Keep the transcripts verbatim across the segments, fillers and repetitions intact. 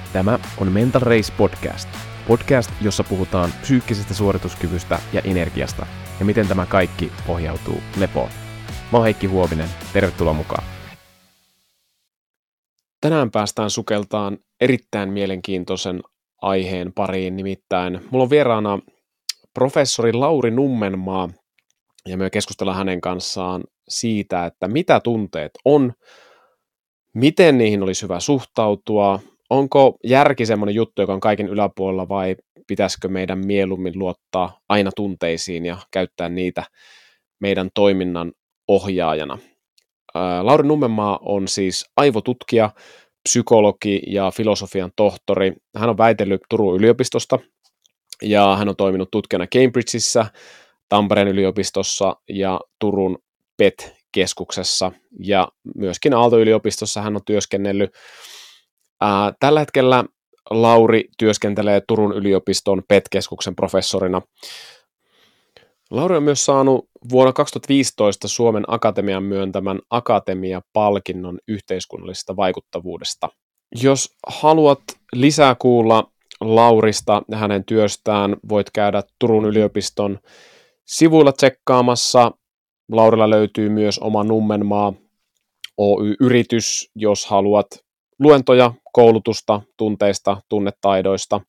Tämä on Mental Race Podcast. Podcast, jossa puhutaan psyykkisestä suorituskyvystä ja energiasta ja miten tämä kaikki pohjautuu lepoon. Mä oon Heikki Huovinen, tervetuloa mukaan. Tänään päästään sukeltaan erittäin mielenkiintoisen aiheen pariin, nimittäin mulla on vieraana professori Lauri Nummenmaa ja me keskustellaan hänen kanssaan siitä, että mitä tunteet on, miten niihin olisi hyvä suhtautua, onko järki semmoinen juttu, joka on kaiken yläpuolella vai pitäisikö meidän mieluummin luottaa aina tunteisiin ja käyttää niitä meidän toiminnan ohjaajana. Lauri Nummenmaa on siis aivotutkija, psykologi ja filosofian tohtori. Hän on väitellyt Turun yliopistosta ja hän on toiminut tutkijana Cambridgeissa, Tampereen yliopistossa ja Turun P E T-keskuksessa ja myöskin Aalto-yliopistossa hän on työskennellyt. Ää, tällä hetkellä Lauri työskentelee Turun yliopiston P E T-keskuksen professorina. Lauri on myös saanut vuonna kaksituhattaviisitoista Suomen Akatemian myöntämän Akatemia-palkinnon yhteiskunnallisesta vaikuttavuudesta. Jos haluat lisää kuulla Laurista ja hänen työstään, voit käydä Turun yliopiston sivuilla tsekkaamassa. Laurilla löytyy myös oma Nummenmaa Oy-yritys, jos haluat luentoja, koulutusta, tunteista, tunnetaidoista.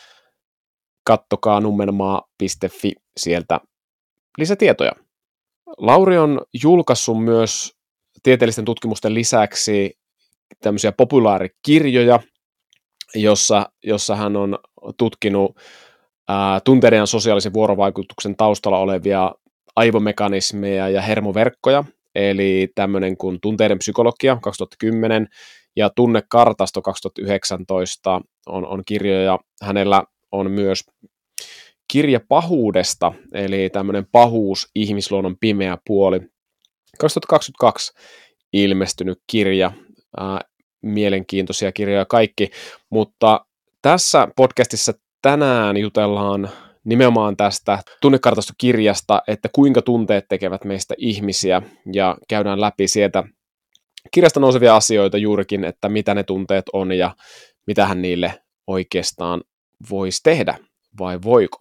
Kattokaa nummenmaa piste fi sieltä lisätietoja. Lauri on julkaissut myös tieteellisten tutkimusten lisäksi tämmöisiä populaarikirjoja, jossa, jossa hän on tutkinut ää, tunteiden ja sosiaalisen vuorovaikutuksen taustalla olevia aivomekanismeja ja hermoverkkoja, eli tämmöinen kuin tunteiden psykologia kaksituhattakymmenen ja tunnekartasto kaksituhattayhdeksäntoista on, on kirjoja. Hänellä on myös kirja pahuudesta, eli tämmöinen pahuus, ihmisluonnon pimeä puoli. kaksituhattakaksikymmentäkaksi ilmestynyt kirja, ää, mielenkiintoisia kirjoja kaikki, mutta tässä podcastissa tänään jutellaan nimenomaan tästä tunnekartastokirjasta, että kuinka tunteet tekevät meistä ihmisiä, ja käydään läpi sieltä kirjasta nousevia asioita juurikin, että mitä ne tunteet on ja mitähän niille oikeastaan voisi tehdä, vai voiko.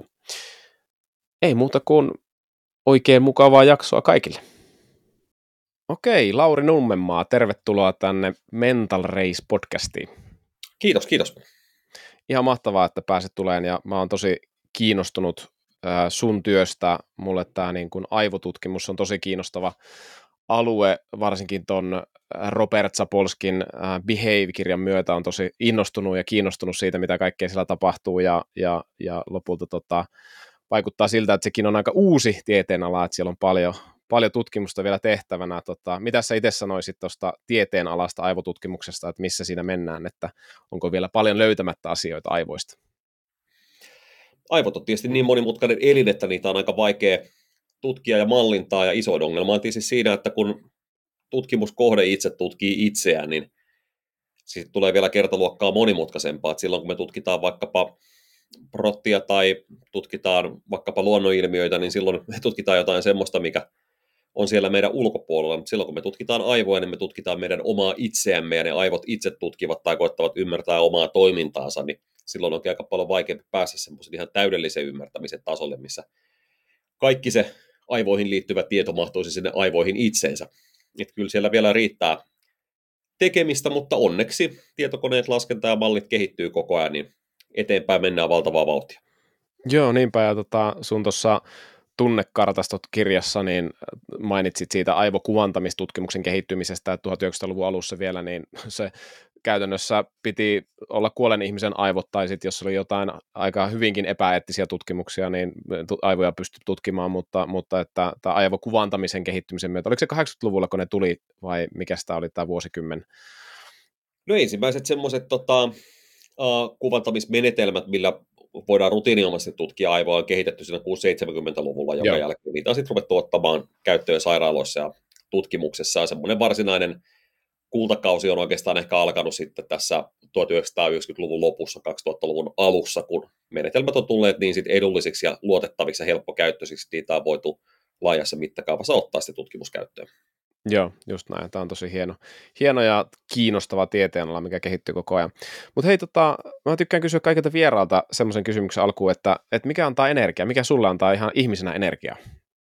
Ei muuta kuin oikein mukavaa jaksoa kaikille. Okei, Lauri Nummenmaa, tervetuloa tänne Mental Race podcastiin. Kiitos, kiitos. Ihan mahtavaa, että pääsit tuleen, ja mä oon tosi kiinnostunut äh, sun työstä. Mulle tämä niin kun aivotutkimus on tosi kiinnostava alue, varsinkin ton Robert Sapolskin äh, Behave-kirjan myötä on tosi innostunut ja kiinnostunut siitä, mitä kaikkea siellä tapahtuu, ja, ja, ja lopulta tota, vaikuttaa siltä, että sekin on aika uusi tieteenala, että siellä on paljon, paljon tutkimusta vielä tehtävänä. Tota, mitä sä itse sanoisit tuosta tieteenalasta aivotutkimuksesta, että missä siinä mennään, että onko vielä paljon löytämättä asioita aivoista? Aivot on tietysti niin monimutkainen elin, että niitä on aika vaikea tutkia ja mallintaa, ja iso ongelma on tietysti siinä, että kun tutkimuskohde itse tutkii itseään, niin siitä tulee vielä kertaluokkaa monimutkaisempaa. Että silloin kun me tutkitaan vaikkapa prottia tai tutkitaan vaikkapa luonnonilmiöitä, niin silloin me tutkitaan jotain semmoista, mikä on siellä meidän ulkopuolella. Mutta silloin kun me tutkitaan aivoja, niin me tutkitaan meidän omaa itseämme, ja ne aivot itse tutkivat tai koettavat ymmärtää omaa toimintaansa, niin silloin onkin aika paljon vaikeampi päästä semmoisen ihan täydellisen ymmärtämisen tasolle, missä kaikki se aivoihin liittyvä tieto mahtuisi sinne aivoihin itseensä. Että kyllä siellä vielä riittää tekemistä, mutta onneksi tietokoneet, laskenta ja mallit kehittyy koko ajan, niin eteenpäin mennään valtavaa vauhtia. Joo, niinpä, ja tota, sun tuossa Tunnekartastot-kirjassa niin mainitsit siitä aivokuvantamistutkimuksen kehittymisestä, että tuhatyhdeksänsataaluvun alussa vielä, niin se käytännössä piti olla kuolleen ihmisen aivot, tai sitten jos oli jotain aika hyvinkin epäeettisiä tutkimuksia, niin aivoja pystyi tutkimaan, mutta, mutta että tämä aivokuvantamisen kehittymisen myötä, oliko se kahdeksankymmentäluvulla, kun ne tuli, vai mikä sitä oli tämä vuosikymmen? No ensimmäiset semmoiset tota, uh, kuvantamismenetelmät, millä voidaan rutiininomaisesti tutkia aivoa, on kehitetty siinä kuusikymmentä-seitsemänkymmentäluvulla, jonka Joo. jälkeen niitä on sitten ruvettu ottamaan käyttöön sairaaloissa ja tutkimuksessa, ja semmoinen varsinainen kultakausi on oikeastaan ehkä alkanut sitten tässä tuhatyhdeksänsataayhdeksänkymmentäluvun lopussa, kaksituhattaluvun alussa, kun menetelmät on tulleet niin sit edullisiksi ja luotettaviksi ja helppokäyttöisiksi, niitä on voitu laajassa mittakaavassa ottaa sitten tutkimuskäyttöön. Joo, just näin. Tämä on tosi hieno, hieno ja kiinnostava tieteenala, mikä kehittyy koko ajan. Mutta hei, tota, mä tykkään kysyä kaikilta vieraalta semmoisen kysymyksen alkuun, että, että mikä antaa energiaa? Mikä sulle antaa ihan ihmisenä energiaa?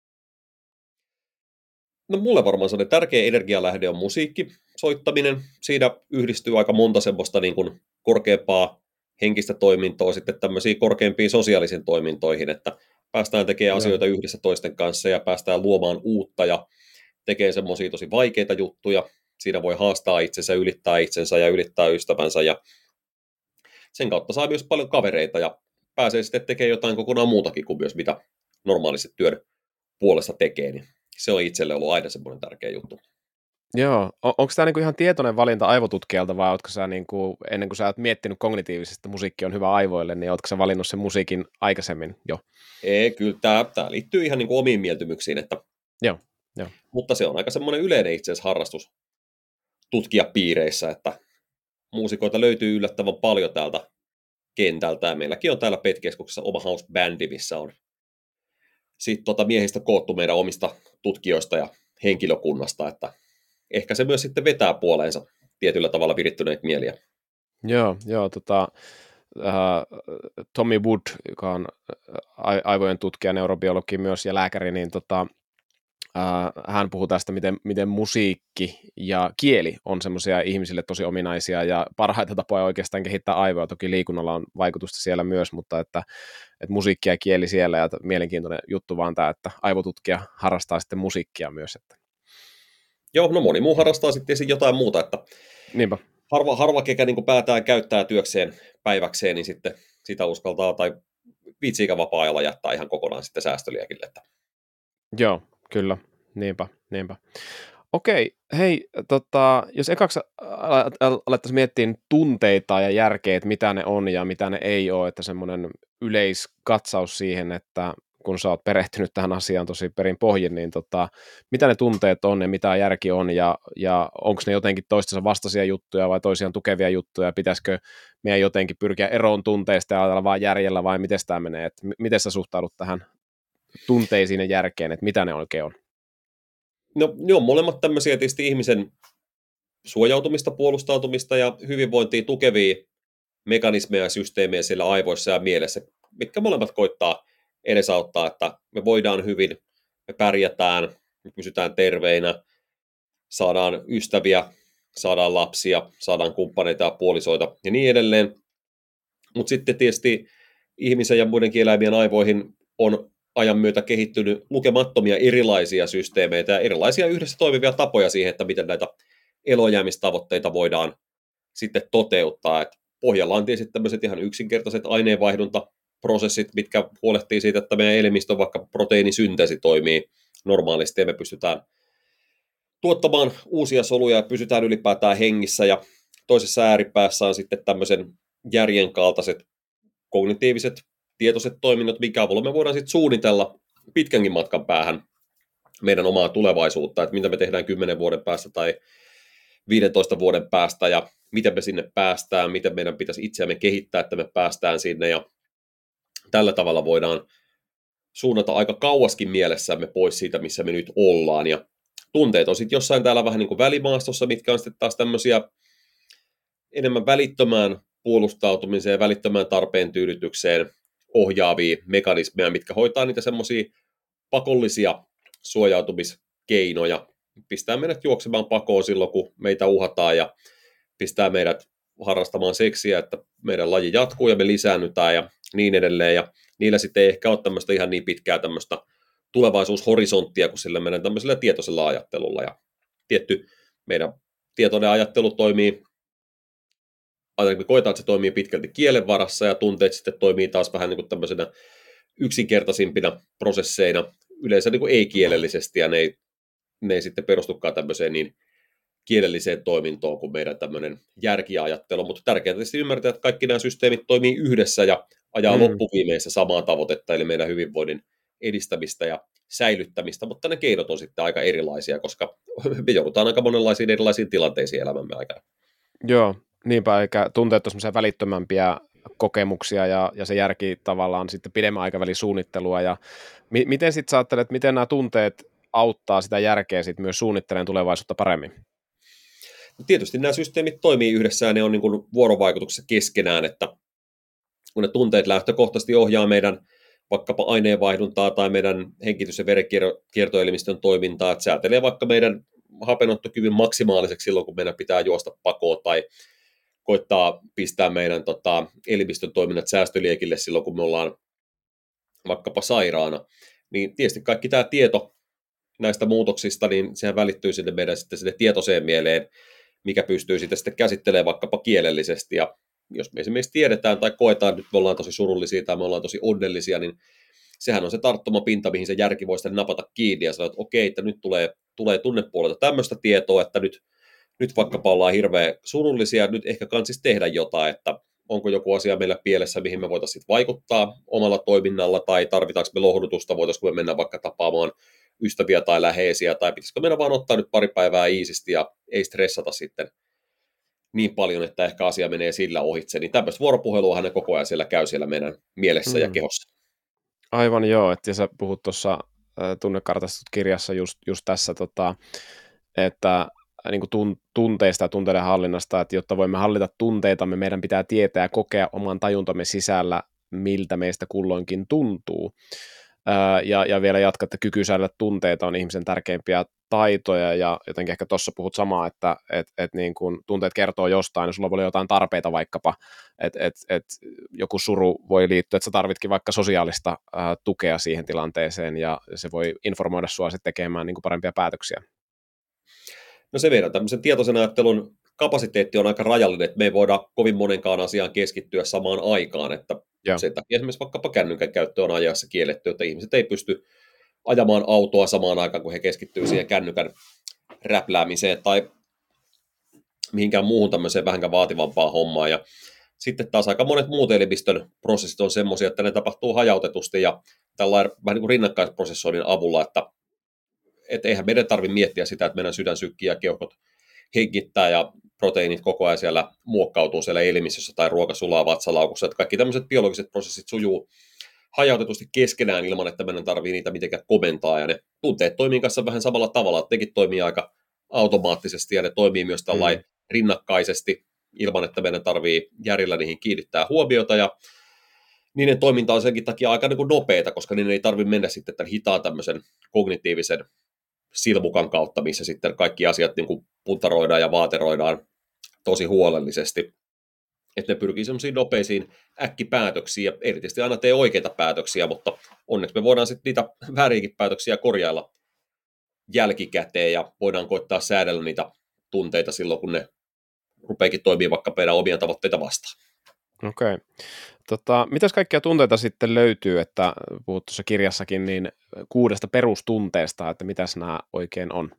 No mulle varmaan sellainen tärkeä energialähde on musiikki, soittaminen. Siinä yhdistyy aika monta semmoista niin kuin korkeampaa henkistä toimintoa sitten tämmöisiin korkeampiin sosiaalisiin toimintoihin, että päästään tekemään Joo. asioita yhdessä toisten kanssa ja päästään luomaan uutta ja tekee semmoisia tosi vaikeita juttuja. Siinä voi haastaa itsensä, ylittää itsensä ja ylittää ystävänsä ja sen kautta saa myös paljon kavereita ja pääsee sitten tekemään jotain kokonaan muutakin kuin myös mitä normaalisti työn puolesta tekee, niin se on itselle ollut aina semmoinen tärkeä juttu. Joo, on, onko tämä niinku ihan tietoinen valinta aivotutkijalta vai ootko sä niinku, ennen kuin sä oot miettinyt kognitiivisesti, että musiikki on hyvä aivoille, niin ootko sä valinnut sen musiikin aikaisemmin jo? Ei, kyllä tämä, tämä liittyy ihan niin kuin omiin mieltymyksiin, että, Joo, joo. mutta se on aika semmoinen yleinen itse asiassa harrastus tutkijapiireissä, että muusikoita löytyy yllättävän paljon täältä kentältä ja meilläkin on täällä P E T-keskuksessa oma house-bändi, missä on sitten tota miehistä koottu meidän omista tutkijoista ja henkilökunnasta, että ehkä se myös sitten vetää puoleensa tietyllä tavalla virittyneitä mieliä. Joo, joo tota, äh, Tommy Wood, joka on a- aivojen tutkija, neurobiologi myös ja lääkäri, niin tota, äh, hän puhuu tästä, miten, miten musiikki ja kieli on semmoisia ihmisille tosi ominaisia ja parhaita tapoja oikeastaan kehittää aivoja. Toki liikunnalla on vaikutusta siellä myös, mutta että, että musiikki ja kieli siellä ja mielenkiintoinen juttu vaan tämä, että aivotutkija harrastaa sitten musiikkia myös. Että. Joo, no moni muu harrastaa sitten jotain muuta, että Niinpä. harva, harva kekä niin päätään käyttää työkseen päiväkseen, niin sitten sitä uskaltaa tai viitsiikä vapaa-ajalla jättää ihan kokonaan sitten säästöliäkille. Että. Joo, kyllä. Niinpä, niinpä. Okei, hei, tota, jos ekaksi alettaisiin miettiä tunteita ja järkeä, että mitä ne on ja mitä ne ei ole, että semmoinen yleiskatsaus siihen, että kun sä oot perehtynyt tähän asiaan tosi perin pohjin, niin tota, mitä ne tunteet on ja mitä järki on ja, ja onko ne jotenkin toistensa vastaisia juttuja vai toisiaan tukevia juttuja, pitäisikö meidän jotenkin pyrkiä eroon tunteista ja ajatella vaan järjellä vai miten tämä menee, että miten sä suhtaudut tähän tunteisiin ja järkeen, että mitä ne oikein on? No, ne on molemmat tämmöisiä tietysti ihmisen suojautumista, puolustautumista ja hyvinvointia tukevia mekanismeja ja systeemejä siellä aivoissa ja mielessä, mitkä molemmat koittaa edesauttaa, että me voidaan hyvin, me pärjätään, me pysytään terveinä, saadaan ystäviä, saadaan lapsia, saadaan kumppaneita ja puolisoita ja niin edelleen. Mutta sitten tietysti ihmisen ja muidenkin eläimien aivoihin on ajan myötä kehittynyt lukemattomia erilaisia systeemeitä ja erilaisia yhdessä toimivia tapoja siihen, että miten näitä elojäämistavoitteita voidaan sitten toteuttaa. Et pohjalla on tietysti tämmöiset ihan yksinkertaiset aineenvaihduntaprosessit, mitkä huolehtii siitä, että meidän elimistön vaikka proteiinisynteesi toimii normaalisti ja me pystytään tuottamaan uusia soluja ja pysytään ylipäätään hengissä. Ja toisessa ääripäässä on sitten tämmöisen järjen kaltaiset kognitiiviset tietoiset toiminnot, minkä avulla me voidaan sitten suunnitella pitkänkin matkan päähän meidän omaa tulevaisuutta, että mitä me tehdään kymmenen vuoden päästä tai viidentoista vuoden päästä ja miten me sinne päästään, miten meidän pitäisi itseämme kehittää, että me päästään sinne ja tällä tavalla voidaan suunnata aika kauaskin mielessämme pois siitä, missä me nyt ollaan ja tunteet on sitten jossain täällä vähän niin kuin välimaastossa, mitkä on sitten taas tämmöisiä enemmän välittömään puolustautumiseen ja välittömään tarpeen tyydytykseen ohjaavia mekanismeja, mitkä hoitaa niitä semmoisia pakollisia suojautumiskeinoja, pistää meidät juoksemaan pakoon silloin, kun meitä uhataan ja pistää meidät harrastamaan seksiä, että meidän laji jatkuu ja me lisäännytään ja niin edelleen. Ja niillä sitten ei ehkä ole tämmöistä ihan niin pitkää tämmöistä tulevaisuushorisonttia kuin sillä meidän tämmöisellä tietoisella ajattelulla. Ja tietty meidän tietoinen ajattelu toimii, ainakin me koetaan, että se toimii pitkälti kielen varassa ja tunteet sitten toimii taas vähän niin kuin tämmöisenä yksinkertaisimpina prosesseina, yleensä niin kuin ei-kielellisesti ja ne ei, ne ei sitten perustukaan tämmöiseen niin kielelliseen toimintoon kuin meidän tämmöinen järkiajattelu, mutta tärkeää tietysti ymmärtää, että kaikki nämä systeemit toimii yhdessä ja ajaa mm. loppuviimeessä samaa tavoitetta, eli meidän hyvinvoinnin edistämistä ja säilyttämistä, mutta ne keinot on sitten aika erilaisia, koska me joudutaan aika monenlaisiin erilaisiin tilanteisiin elämämme aikana. Joo, niinpä, eikä tunteet on semmoisia välittömämpiä kokemuksia ja, ja se järki tavallaan sitten pidemmän aikavälin suunnittelua ja mi- miten sitten sä ajattelet, että miten nämä tunteet auttaa sitä järkeä sit myös suunnittelemaan tulevaisuutta paremmin? No tietysti nämä systeemit toimii yhdessä ja ne on niin kuin vuorovaikutuksessa keskenään, että kun ne tunteet lähtökohtaisesti ohjaa meidän vaikkapa aineenvaihduntaa tai meidän hengitys- ja verenkiertoelimistön toimintaa, että säätelee vaikka meidän hapenottokyvyn maksimaaliseksi silloin, kun meidän pitää juosta pakoon tai koittaa pistää meidän tota, elimistön toiminnat säästöliekille silloin, kun me ollaan vaikkapa sairaana. Niin tietysti kaikki tämä tieto näistä muutoksista, niin sehän välittyy sinne meidän sitten sinne tietoiseen mieleen, mikä pystyy sitten, sitten käsittelemään vaikkapa kielellisesti. Ja jos me esimerkiksi tiedetään tai koetaan, että nyt me ollaan tosi surullisia tai me ollaan tosi onnellisia, niin sehän on se tarttumapinta, mihin se järki voi sitten napata kiinni ja sanoa, että okei, että nyt tulee, tulee tunnepuolelta tämmöistä tietoa, että nyt, nyt vaikkapa ollaan hirveän surullisia, nyt ehkä kansis tehdä jotain, että onko joku asia meillä pielessä, mihin me voitaisiin vaikuttaa omalla toiminnalla, tai tarvitaanko me lohdutusta, voitaisiinko me mennä vaikka tapaamaan ystäviä tai läheisiä, tai pitäisikö meidän vaan ottaa nyt pari päivää iisisti ja ei stressata sitten niin paljon, että ehkä asia menee sillä ohitse, niin tämmöistä vuoropuhelua ne koko ajan siellä käy siellä meidän mielessä mm. ja kehossa. Aivan joo, että sä puhut tuossa tunnekartastut-kirjassa just, just tässä, tota, että niin kuin tunteista ja tunteiden hallinnasta, että jotta voimme hallita tunteitamme, meidän pitää tietää ja kokea oman tajuntamme sisällä, miltä meistä kulloinkin tuntuu. Ja, ja vielä jatka, että kyky säädellä tunteita on ihmisen tärkeimpiä taitoja, ja jotenkin ehkä tuossa puhut samaa, että et, et niin kun tunteet kertoo jostain, ja sulla voi olla jotain tarpeita vaikkapa, että et, et joku suru voi liittyä, että sä tarvitkin vaikka sosiaalista ää, tukea siihen tilanteeseen, ja se voi informoida sua sitten tekemään niin kuin parempia päätöksiä. No se meidän tämmöisen tietoisen ajattelun kapasiteetti on aika rajallinen, että me ei voida kovin monenkaan asiaan keskittyä samaan aikaan, että Joo. sen takia esimerkiksi vaikkapa kännykän käyttö on ajassa kielletty, että ihmiset ei pysty ajamaan autoa samaan aikaan, kun he keskittyy siihen kännykän räpläämiseen tai mihinkään muuhun tämmöiseen vähänkään vaativampaan hommaan. Ja sitten taas aika monet muut elimistön prosessit on semmoisia, että ne tapahtuu hajautetusti ja tällainen vähän niin kuin rinnakkaisprosessoinnin avulla, että et eihän meidän tarvitse miettiä sitä, että meidän sydän sykkii ja keuhkot hengittää ja proteiinit koko ajan siellä muokkautuu siellä elimistössä tai ruoka sulaa vatsalaukussa. Että kaikki tämmöiset biologiset prosessit sujuu hajautetusti keskenään ilman, että meidän tarvii niitä mitenkään komentaa. Ja ne tunteet toimii kanssa vähän samalla tavalla, että nekin toimii aika automaattisesti ja ne toimii myös tällainen mm. rinnakkaisesti ilman, että meidän tarvii järjellä niihin kiinnittää huomiota. Ja niiden toiminta on senkin takia aika niin kuin nopeata, koska niiden ei tarvitse mennä sitten tämän hitaan tämmöisen kognitiivisen silmukan kautta, missä sitten kaikki asiat niin kuin puntaroidaan ja vaateroidaan tosi huolellisesti. Että ne pyrkii semmoisiin nopeisiin äkkipäätöksiin ja erityisesti aina tee oikeita päätöksiä, mutta onneksi me voidaan sitten niitä vääriäkin päätöksiä korjailla jälkikäteen ja voidaan koittaa säädellä niitä tunteita silloin, kun ne rupeakin toimii vaikka meidän omia tavoitteita vastaan. Okei. Okay. Tota, mitäs kaikkia tunteita sitten löytyy, että puhut tuossa kirjassakin, niin kuudesta perustunteesta, että mitäs nämä oikein on?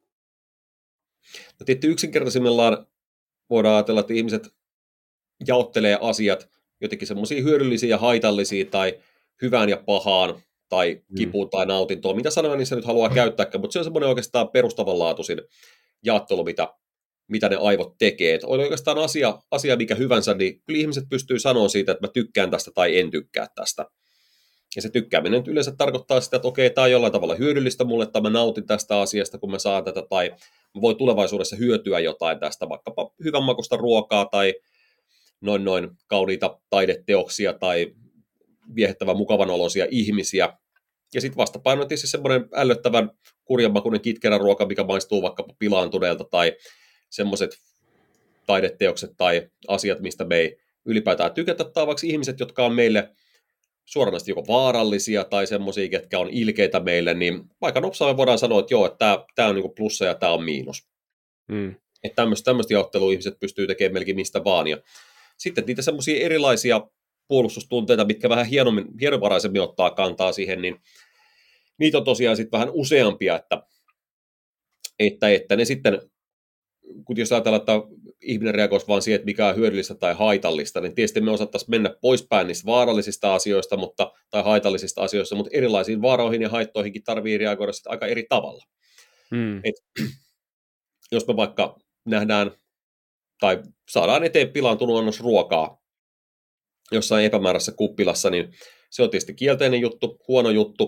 No tietysti yksinkertaisimmillaan voidaan ajatella, että ihmiset jaottelee asiat jotenkin semmoisia hyödyllisiä ja haitallisia tai hyvään ja pahaan tai kipuun mm. tai nautintoon. Mitä sanoja niissä nyt haluaa käyttääkään, mutta se on semmoinen oikeastaan perustavanlaatuisin jaottelu, mitä, mitä ne aivot tekee. Et on oikeastaan asia, asia, mikä hyvänsä, niin kyllä ihmiset pystyy sanoa siitä, että mä tykkään tästä tai en tykkää tästä. Ja se tykkääminen yleensä tarkoittaa sitä, että okei, tämä on jollain tavalla hyödyllistä mulle, tai mä nautin tästä asiasta, kun mä saan tätä, tai mä voin tulevaisuudessa hyötyä jotain tästä, vaikkapa hyvänmakuista ruokaa, tai noin noin kauniita taideteoksia, tai viehättävän mukavanoloisia ihmisiä. Ja sitten vastapaino on tietysti semmoinen ällöttävän kurjanmakuinen kitkerä ruoka, mikä maistuu vaikkapa pilaantuneelta, tai semmoiset taideteokset tai asiat, mistä me ei ylipäätään tykätä, tai vaikka ihmiset, jotka on meille suoranaisesti joko vaarallisia tai semmoisia, ketkä on ilkeitä meille, niin aika nopsaa me voidaan sanoa, että joo, että tämä, tämä on niin kuin plussa ja tämä on miinus. Mm. Että tämmöistä, tämmöistä jaottelua ihmiset pystyy tekemään melkein mistä vaan. Ja sitten niitä semmoisia erilaisia puolustustunteita, mitkä vähän hienommin, hienovaraisemmin ottaa kantaa siihen, niin niitä on tosiaan sitten vähän useampia, että, että, että ne sitten, kun jos ajatellaan, että ihminen reagoisi vaan siihen, että mikä on hyödyllistä tai haitallista, niin tietysti me osattaisiin mennä poispäin niistä vaarallisista asioista mutta, tai haitallisista asioista, mutta erilaisiin vaaroihin ja haittoihinkin tarvii reagoida sitten aika eri tavalla. Hmm. Et, jos me vaikka nähdään tai saadaan eteen pilaantunut annos ruokaa jossain epämääräisessä kuppilassa, niin se on tietysti kielteinen juttu, huono juttu,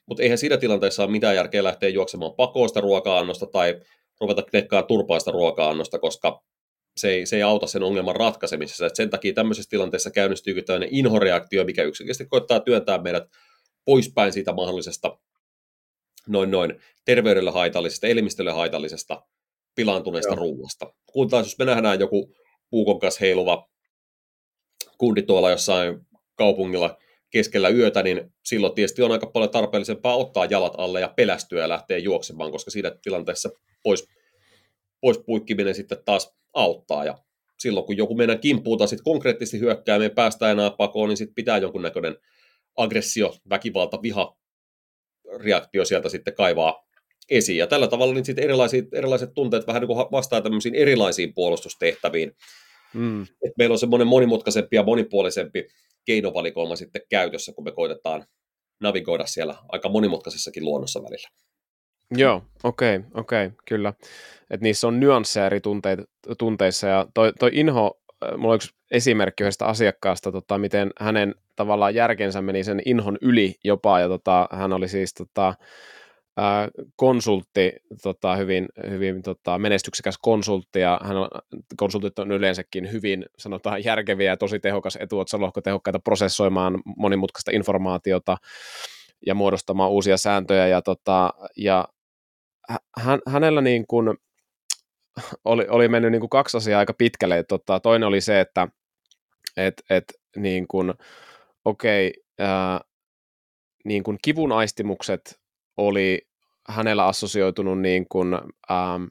Mutta eihän siinä tilanteessa ole mitään järkeä lähteä juoksemaan pakoon sitä ruoka-annosta tai ruveta knekkaa turpaista ruoka-annosta, koska se ei, se ei auta sen ongelman ratkaisemisessa. Et sen takia tämmöisessä tilanteessa käynnistyykin tämmöinen inhoreaktio, mikä yksinkertaisesti koittaa työntää meidät poispäin siitä mahdollisesta noin noin terveydelle haitallisesta, elimistölle haitallisesta, pilaantuneesta Joo. ruuasta. Kun taas jos me nähdään joku puukon kanssa heiluva kundi tuolla jossain kaupungilla keskellä yötä, niin silloin tietysti on aika paljon tarpeellisempaa ottaa jalat alle ja pelästyä ja lähteä juoksemaan, koska siinä tilanteessa pois, pois puikkiminen sitten taas auttaa. Ja silloin kun joku meidän kimppuuta sitten konkreettisesti hyökkää, me ei päästä enää pakoon, niin sitten pitää jonkunnäköinen aggressio, väkivalta, viha, reaktio sieltä sitten kaivaa esiin. Ja tällä tavalla niin sitten erilaiset, erilaiset tunteet vähän niin kuin vastaa tämmöisiin erilaisiin puolustustehtäviin. Mm. Et meillä on semmoinen monimutkaisempi ja monipuolisempi keinovalikoima sitten käytössä, kun me koitetaan navigoida siellä aika monimutkaisessakin luonnossa välillä. Joo, okei, okay, okei, okay, kyllä. Että niissä on nyansseja eri tunteet, tunteissa, ja toi, toi inho, mulla on yksi esimerkki yhdestä asiakkaasta, tota, miten hänen tavallaan järkensä meni sen inhon yli jopa, ja tota, hän oli siis tota, ää, konsultti, tota, hyvin, hyvin tota, menestyksekäs konsultti, ja hän on, konsultit on yleensäkin hyvin, sanotaan, järkeviä ja tosi tehokas etuotsalohko, tehokkaita prosessoimaan monimutkaista informaatiota ja muodostamaan uusia sääntöjä, ja, tota, ja hän, hänellä niin kuin oli, oli mennyt niin kuin kaksi asiaa aika pitkälle. Tota, toinen oli se, että et, et, niin kuin, okei, ää, niin kuin kivun aistimukset oli hänellä assosioitunut niin kuin, ähm,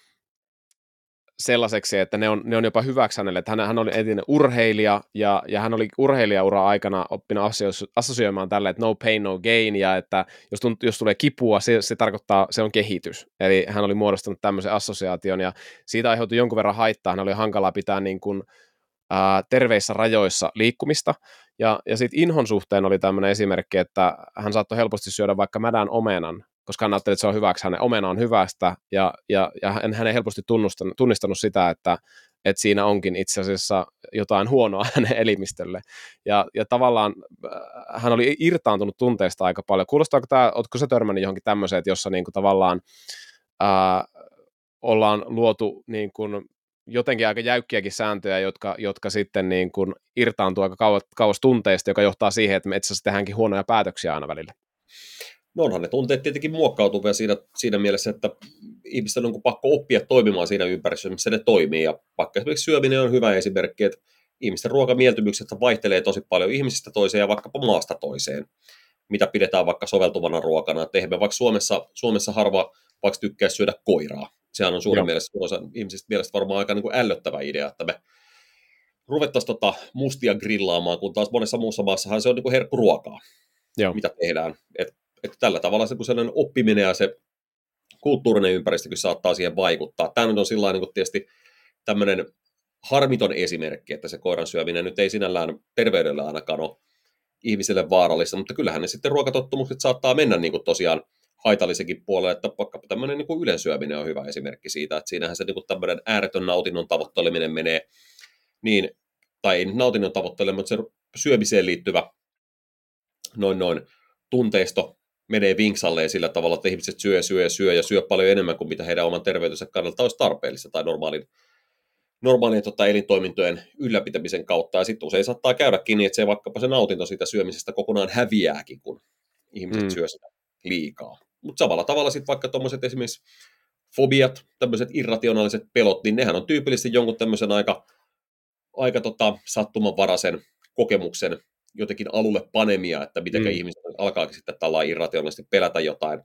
sellaiseksi, että ne on, ne on jopa hyväksi hänelle, että hän, hän oli entinen urheilija, ja, ja hän oli urheilijaura aikana oppinut assosioimaan tälle, että no pain, no gain, ja että jos, tunt, jos tulee kipua, se, se tarkoittaa, se on kehitys. Eli hän oli muodostanut tämmöisen assosiaation, ja siitä aiheutui jonkun verran haittaa, hän oli hankalaa pitää niin kuin, ää, terveissä rajoissa liikkumista, ja, ja sitten inhon suhteen oli tämmöinen esimerkki, että hän saattoi helposti syödä vaikka mädän omenan, koska hän ajatteli, että se on hyväksi, hänen omena on hyvästä, ja, ja, ja hän ei helposti tunnistanut sitä, että, että siinä onkin itse asiassa jotain huonoa hänen elimistölle. Ja, ja tavallaan hän oli irtaantunut tunteista aika paljon. Kuulostaako tämä, oletko sä törmännyt johonkin tämmöiseen, jossa niin kuin tavallaan ää, ollaan luotu niin kuin jotenkin aika jäykkiäkin sääntöjä, jotka, jotka sitten niin kuin irtaantuu aika kauas, kauas tunteista, joka johtaa siihen, että me itse asiassa tehdäänkin huonoja päätöksiä aina välillä. No onhan ne tunteet tietenkin muokkautuvia siinä, siinä mielessä, että ihmisten on pakko oppia toimimaan siinä ympäristössä, missä ne toimii. Ja vaikka esimerkiksi syöminen on hyvä esimerkki, että ihmisten ruokamieltymykset vaihtelee tosi paljon ihmisistä toiseen ja vaikkapa maasta toiseen, mitä pidetään vaikka soveltuvana ruokana. Että eihän me vaikka Suomessa, Suomessa harva vaikka tykkää syödä koiraa. Sehän on suurin mielestä, osa ihmisistä mielestä varmaan aika niin kuin ällöttävä idea, että me ruvettaisiin tota mustia grillaamaan, kun taas monessa muussa maassahan se on niin kuin herkkuruokaa, Joo. mitä tehdään. Et Että tällä tavalla se, kun sellainen oppiminen ja se kulttuurinen ympäristö saattaa siihen vaikuttaa. Tämä nyt on sillä niin tietysti tämmöinen harmiton esimerkki, että se koiran syöminen nyt ei sinällään terveydelle ainakaan ole ihmiselle vaarallista, mutta kyllähän ne sitten ruokatottumukset saattaa mennä niin kuin tosiaan haitallisenkin puolelle, että vaikka tämmöinen niin kuin ylensyöminen on hyvä esimerkki siitä, että siinähän se niin kuin tämmöinen ääretön nautinnon tavoitteleminen menee niin, tai ei nautinnon tavoitteleminen, mutta se syömiseen liittyvä noin noin tunteisto menee vinksalleen sillä tavalla, että ihmiset syö ja syö ja syö ja syö paljon enemmän kuin mitä heidän oman terveytensä kannalta olisi tarpeellista tai normaalin, normaalien tota, elintoimintojen ylläpitämisen kautta. Ja sitten usein saattaa käydäkin niin, että se vaikkapa se nautinto siitä syömisestä kokonaan häviääkin, kun ihmiset mm. syö sitä liikaa. Mutta samalla tavalla sitten vaikka tuommoiset esimerkiksi fobiat, tämmöiset irrationaaliset pelot, niin nehän on tyypillisesti jonkun tämmöisen aika, aika tota, sattumanvaraisen kokemuksen jotenkin alulle panemia, että miten mm. ihmiset alkaakin sitten tällainen irrationaalisesti pelätä jotain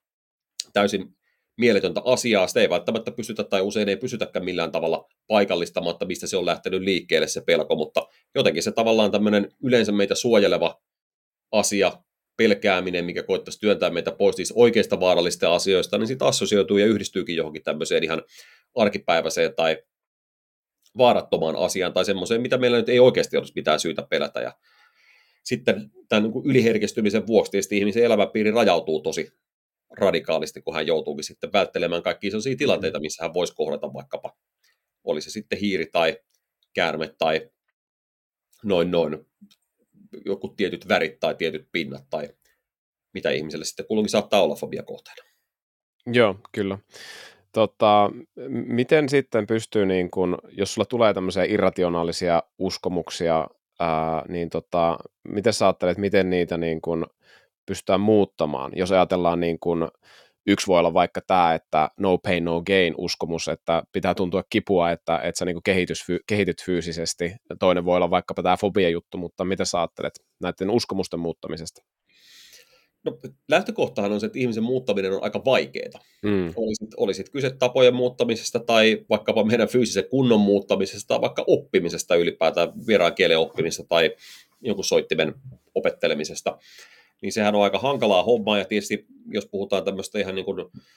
täysin mieletöntä asiaa. Sitä ei välttämättä pystytä tai usein ei pysytäkään millään tavalla paikallistamatta, mistä se on lähtenyt liikkeelle se pelko, mutta jotenkin se tavallaan tämmöinen yleensä meitä suojeleva asia, pelkääminen, mikä koittaisi työntää meitä pois niistä oikeista vaarallisista asioista, niin sitten assosioituu ja yhdistyykin johonkin tämmöiseen ihan arkipäiväiseen tai vaarattomaan asiaan tai semmoiseen, mitä meillä nyt ei oikeasti olisi mitään syytä pelätä. Ja sitten tämän niin kuin yliherkistymisen vuoksi tietysti ihmisen elämänpiiri rajautuu tosi radikaalisti, kun hän joutuukin sitten välttelemään kaikkia sellaisia tilanteita, missä hän voisi kohdata vaikkapa, oli se sitten hiiri tai käärme tai noin noin, joku tietyt värit tai tietyt pinnat tai mitä ihmiselle sitten kulloinkin saattaa olla fobiakohteena. Joo, kyllä. Tota, miten sitten pystyy, niin kun, jos sulla tulee tämmöisiä irrationaalisia uskomuksia, ää, niin tota, miten sä ajattelet, miten niitä niin kun pystytään muuttamaan? Jos ajatellaan, niin kun, yksi voi olla vaikka tämä, että no pain, no gain uskomus, että pitää tuntua kipua, että, että sä niin kun kehitys, kehityt fyysisesti. Toinen voi olla vaikkapa tämä fobia-juttu, mutta mitä sä ajattelet näiden uskomusten muuttamisesta? No, lähtökohtahan on se, että ihmisen muuttaminen on aika vaikeaa. Mm. Olisit, olisit kyse tapojen muuttamisesta tai vaikkapa meidän fyysisen kunnon muuttamisesta tai vaikka oppimisesta ylipäätään, vieraan kielen oppimisesta tai jonkun soittimen opettelemisesta, niin sehän on aika hankalaa hommaa, ja tietysti jos puhutaan tämmöistä ihan niin kuin,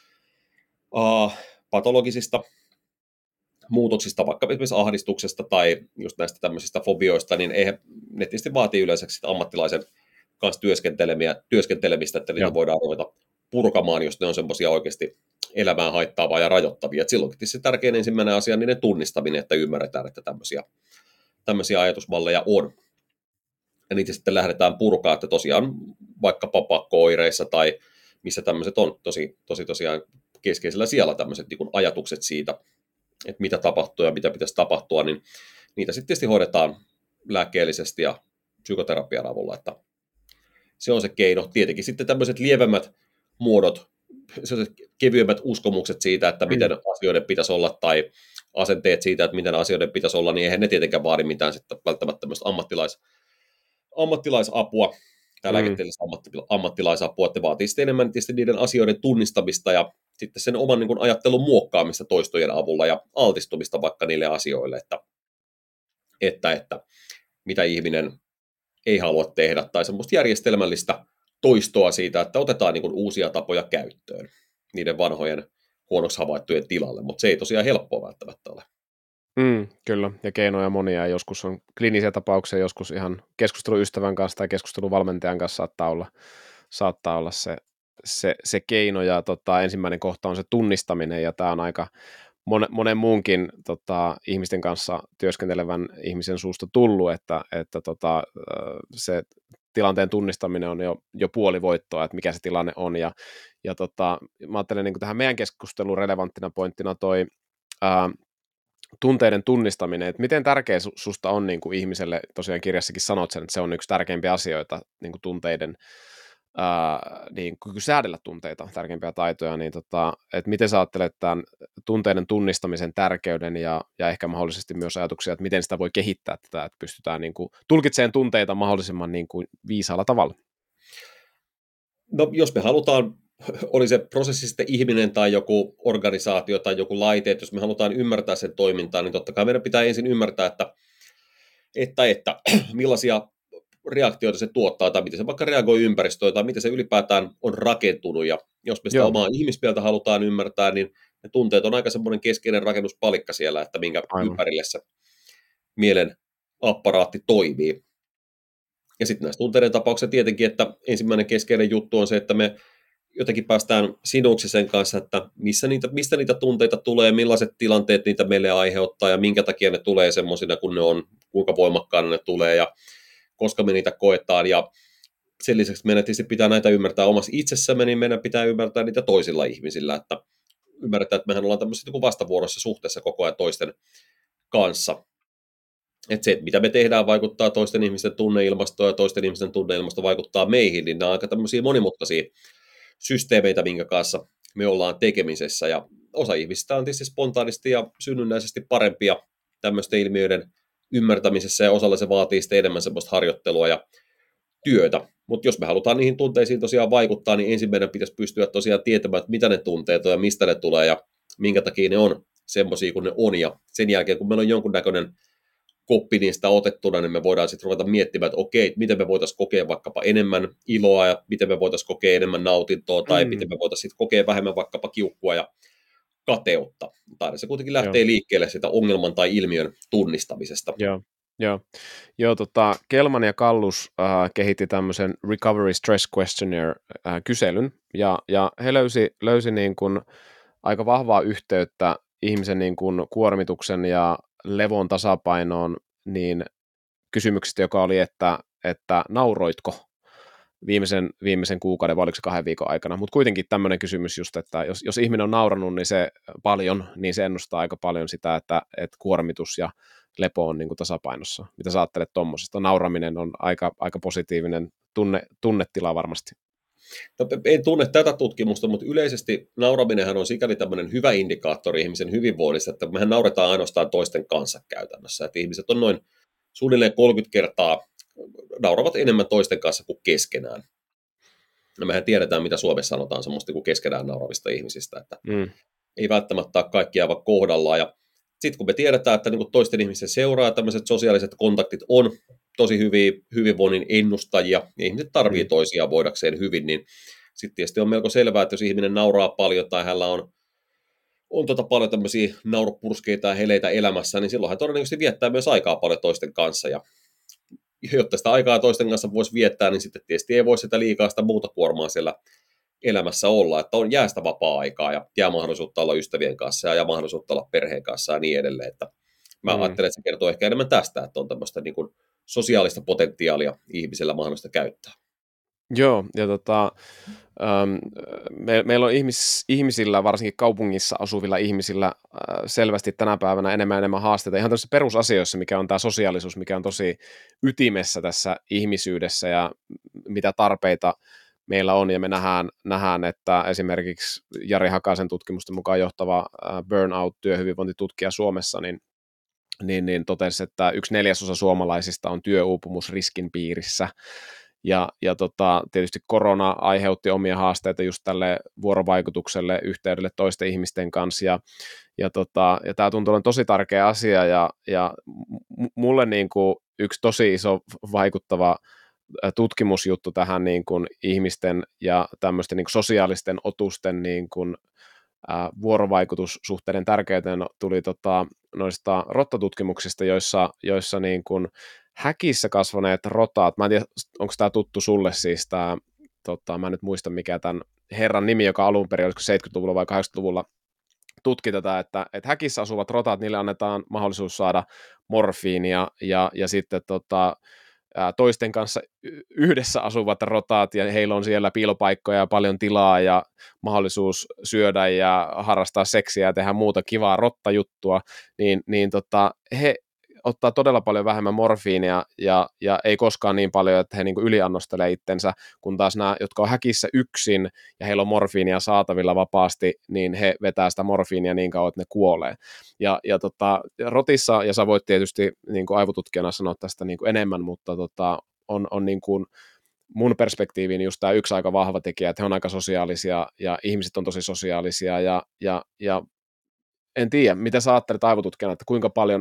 uh, patologisista muutoksista, vaikka esimerkiksi ahdistuksesta tai just näistä tämmöisistä fobioista, niin eihän, ne tietysti vaatii yleensä sitä ammattilaisen kanssa työskentelemistä, että niitä Joo. voidaan ruveta purkamaan, jos ne on semmoisia oikeasti elämään haittaavaa ja rajoittavia. Et silloinkin se tärkein ensimmäinen asia on niiden tunnistaminen, että ymmärretään, että tämmöisiä, tämmöisiä ajatusmalleja on. Ja niitä sitten lähdetään purkaa, että tosiaan vaikka pakko-oireissa tai missä tämmöiset on tosi, tosi tosiaan keskeisellä siellä tämmöiset niin kuin ajatukset siitä, että mitä tapahtuu ja mitä pitäisi tapahtua, niin niitä sitten tietysti hoidetaan lääkkeellisesti ja psykoterapian avulla, että se on se keino. Tietenkin sitten tämmöiset lievemmät muodot, sellaiset kevyemmät uskomukset siitä, että miten mm. asioiden pitäisi olla, tai asenteet siitä, että miten asioiden pitäisi olla, niin eihän ne tietenkään vaadi mitään sitten välttämättä tämmöistä ammattilais, ammattilaisapua tai mm. lääketieteellistä ammattilaisapua, että vaatii sitten enemmän tietysti niiden asioiden tunnistamista ja sitten sen oman niin kuin ajattelun muokkaamista toistojen avulla ja altistumista vaikka niille asioille, että, että, että mitä ihminen ei halua tehdä, tai semmoista järjestelmällistä toistoa siitä, että otetaan niin kuin uusia tapoja käyttöön niiden vanhojen huonoksi havaittujen tilalle, mutta se ei tosiaan helppoa välttämättä ole. Mm, kyllä, ja keinoja monia, ja joskus on kliinisiä tapauksia, joskus ihan keskustelu ystävän kanssa tai keskustelu valmentajan kanssa saattaa olla, saattaa olla se, se, se keino, ja tota, ensimmäinen kohta on se tunnistaminen, ja tämä on aika monen, monen muunkin tota, ihmisten kanssa työskentelevän ihmisen suusta tullut, että, että tota, se tilanteen tunnistaminen on jo, jo puoli voittoa, että mikä se tilanne on, ja, ja tota, mä ajattelen niin kuin tähän meidän keskusteluun relevanttina pointtina toi ää, tunteiden tunnistaminen, että miten tärkeä susta on niin kuin ihmiselle, tosiaan kirjassakin sanot sen, että se on yksi tärkeimpiä asioita, niin kuin tunteiden, ää, niin kuin säädellä tunteita, tärkeimpiä taitoja, niin tota, että miten sä ajattelet tämän tunteiden tunnistamisen tärkeyden ja, ja ehkä mahdollisesti myös ajatuksia, että miten sitä voi kehittää tätä, että pystytään niin kuin tulkitsemaan tunteita mahdollisimman niin kuin viisaalla tavalla? No jos me halutaan, oli se prosessi sitten ihminen tai joku organisaatio tai joku laite, että jos me halutaan ymmärtää sen toimintaa, niin totta kai meidän pitää ensin ymmärtää, että, että, että millaisia reaktioita se tuottaa tai miten se vaikka reagoi ympäristöön tai miten se ylipäätään on rakentunut. Ja jos me sitä Joo. omaa ihmismieltä halutaan ymmärtää, niin ne tunteet on aika semmoinen keskeinen rakennuspalikka siellä, että minkä Aivan. ympärille se mielen apparaatti toimii. Ja sitten näissä tunteiden tapauksessa tietenkin, että ensimmäinen keskeinen juttu on se, että me jotenkin päästään sinuksi sen kanssa, että missä niitä, mistä niitä tunteita tulee, millaiset tilanteet niitä meille aiheuttaa ja minkä takia ne tulee semmoisina kuin ne on, kuinka voimakkaana ne tulee ja koska me niitä koetaan. Ja sen lisäksi meidän tietysti pitää näitä ymmärtää omassa itsessämme, niin meidän pitää ymmärtää niitä toisilla ihmisillä, että ymmärretään, että mehän ollaan tämmöisessä vastavuorossa suhteessa koko ajan toisten kanssa. Että se, että mitä me tehdään, vaikuttaa toisten ihmisten tunneilmastoon ja toisten ihmisten tunneilmasto vaikuttaa meihin, niin nämä on aika tämmöisiä monimutkaisia systeemeitä, minkä kanssa me ollaan tekemisessä. Ja osa ihmisistä on tietysti spontaanisti ja synnynnäisesti parempia tämmöisten ilmiöiden ymmärtämisessä, ja osalla se vaatii sitten enemmän semmoista harjoittelua ja työtä. Mutta jos me halutaan niihin tunteisiin tosiaan vaikuttaa, niin ensin meidän pitäisi pystyä tosiaan tietämään, että mitä ne tunteet on ja mistä ne tulee ja minkä takia ne on semmoisia kuin ne on. Ja sen jälkeen, kun meillä on jonkunnäköinen koppi niistä otettuna, niin me voidaan sitten ruveta miettimään, että okei, että miten me voitaisiin kokea vaikkapa enemmän iloa ja miten me voitaisiin kokea enemmän nautintoa tai mm. miten me voitaisiin sitten kokea vähemmän vaikkapa kiukkua ja kateutta. Tai se kuitenkin lähtee Joo. liikkeelle sitä ongelman tai ilmiön tunnistamisesta. Joo. Joo, Joo tota, Kelman ja Kallus äh, kehitti tämmöisen Recovery Stress Questionnaire-kyselyn, ja, ja he löysi, löysi niin kuin aika vahvaa yhteyttä ihmisen niin kuin kuormituksen ja levon tasapainoon niin kysymyksestä, joka oli, että, että nauroitko viimeisen, viimeisen kuukauden, vai oliko se kahden viikon aikana, mutta kuitenkin tämmöinen kysymys just, että jos, jos ihminen on nauranut niin se paljon, niin se ennustaa aika paljon sitä, että, että kuormitus ja lepo on niin kuin tasapainossa. Mitä sä ajattelet tuommoisesta? Nauraminen on aika, aika positiivinen tunne, tunnetila varmasti. No, en tunne tätä tutkimusta, mutta yleisesti nauraminenhan on sikäli tämmöinen hyvä indikaattori ihmisen hyvinvoinnista, että mehän nauretaan ainoastaan toisten kanssa käytännössä. Että ihmiset on noin suunnilleen kolmekymmentä kertaa nauravat enemmän toisten kanssa kuin keskenään. No mehän tiedetään, mitä Suomessa sanotaan semmoista kuin keskenään nauravista ihmisistä, että mm. ei välttämättä ole kaikki aivan kohdallaan. Ja sitten kun me tiedetään, että niin toisten ihmisten seuraa tämmöiset sosiaaliset kontaktit on tosi hyviä hyvinvoinnin ennustajia, ja ihmiset tarvitsee mm. toisiaan voidakseen hyvin, niin sitten tietysti on melko selvää, että jos ihminen nauraa paljon tai hänellä on, on tota paljon tämmöisiä naurupurskeita ja heleitä elämässä, niin silloin hän todennäköisesti viettää myös aikaa paljon toisten kanssa, ja jotta sitä aikaa toisten kanssa voisi viettää, niin sitten tietysti ei voi sitä liikaa sitä muuta kuormaa siellä elämässä olla, että on jää sitä vapaa-aikaa ja jää mahdollisuutta olla ystävien kanssa ja jää mahdollisuutta olla perheen kanssa ja niin edelleen. Että mä mm. ajattelen, että se kertoo ehkä enemmän tästä, että on tämmöistä niin kuin sosiaalista potentiaalia ihmisellä mahdollista käyttää. Joo, ja tota, ähm, me, meillä on ihmis, ihmisillä, varsinkin kaupungissa asuvilla ihmisillä äh, selvästi tänä päivänä enemmän ja enemmän haasteita ihan tämmöisissä perusasioissa, mikä on tämä sosiaalisuus, mikä on tosi ytimessä tässä ihmisyydessä ja mitä tarpeita meillä on, ja me nähdään, nähdään että esimerkiksi Jari Hakasen tutkimusten mukaan johtava burnout-työhyvinvointitutkija Suomessa, niin, niin, niin totesi, että yksi neljäsosa suomalaisista on työuupumusriskin piirissä, ja, ja tota, tietysti korona aiheutti omia haasteita just tälle vuorovaikutukselle, yhteydelle toisten ihmisten kanssa, ja, ja, tota, ja tämä tuntuu olevan tosi tärkeä asia, ja, ja mulle niin kuin yksi tosi iso vaikuttava tutkimusjuttu tähän niin kuin ihmisten ja tämmöisten niin kuin sosiaalisten otusten niin kuin, ää, vuorovaikutussuhteiden tärkeyteen tuli tota, noista rottatutkimuksista, joissa, joissa niin kuin häkissä kasvaneet rotaat, mä en tiedä, onko tämä tuttu sulle siis tämä, tota, mä en nyt muista mikä tämän herran nimi, joka alun perin, olisiko seitsemänkymmentäluvulla vai kahdeksankymmentäluvulla tutki tätä, että, että häkissä asuvat rotaat, niille annetaan mahdollisuus saada morfiinia ja, ja sitten tota, toisten kanssa yhdessä asuvat rotaat, ja heillä on siellä piilopaikkoja ja paljon tilaa ja mahdollisuus syödä ja harrastaa seksiä ja tehdä muuta kivaa rottajuttua, niin, niin tota, he ottaa todella paljon vähemmän morfiinia ja, ja ei koskaan niin paljon, että he niin kuin yliannostelee itsensä, kun taas nämä, jotka on häkissä yksin ja heillä on morfiinia saatavilla vapaasti, niin he vetää sitä morfiinia niin kauan, että ne kuolee. Ja, ja tota, rotissa, ja sä voit tietysti niin kuin aivotutkijana sanoa tästä niin kuin enemmän, mutta tota, on, on niin kuin mun perspektiiviin just tämä yksi aika vahva tekijä, että he on aika sosiaalisia ja ihmiset on tosi sosiaalisia ja, ja, ja en tiedä, mitä sä ajattelet aivotutkijana, että kuinka paljon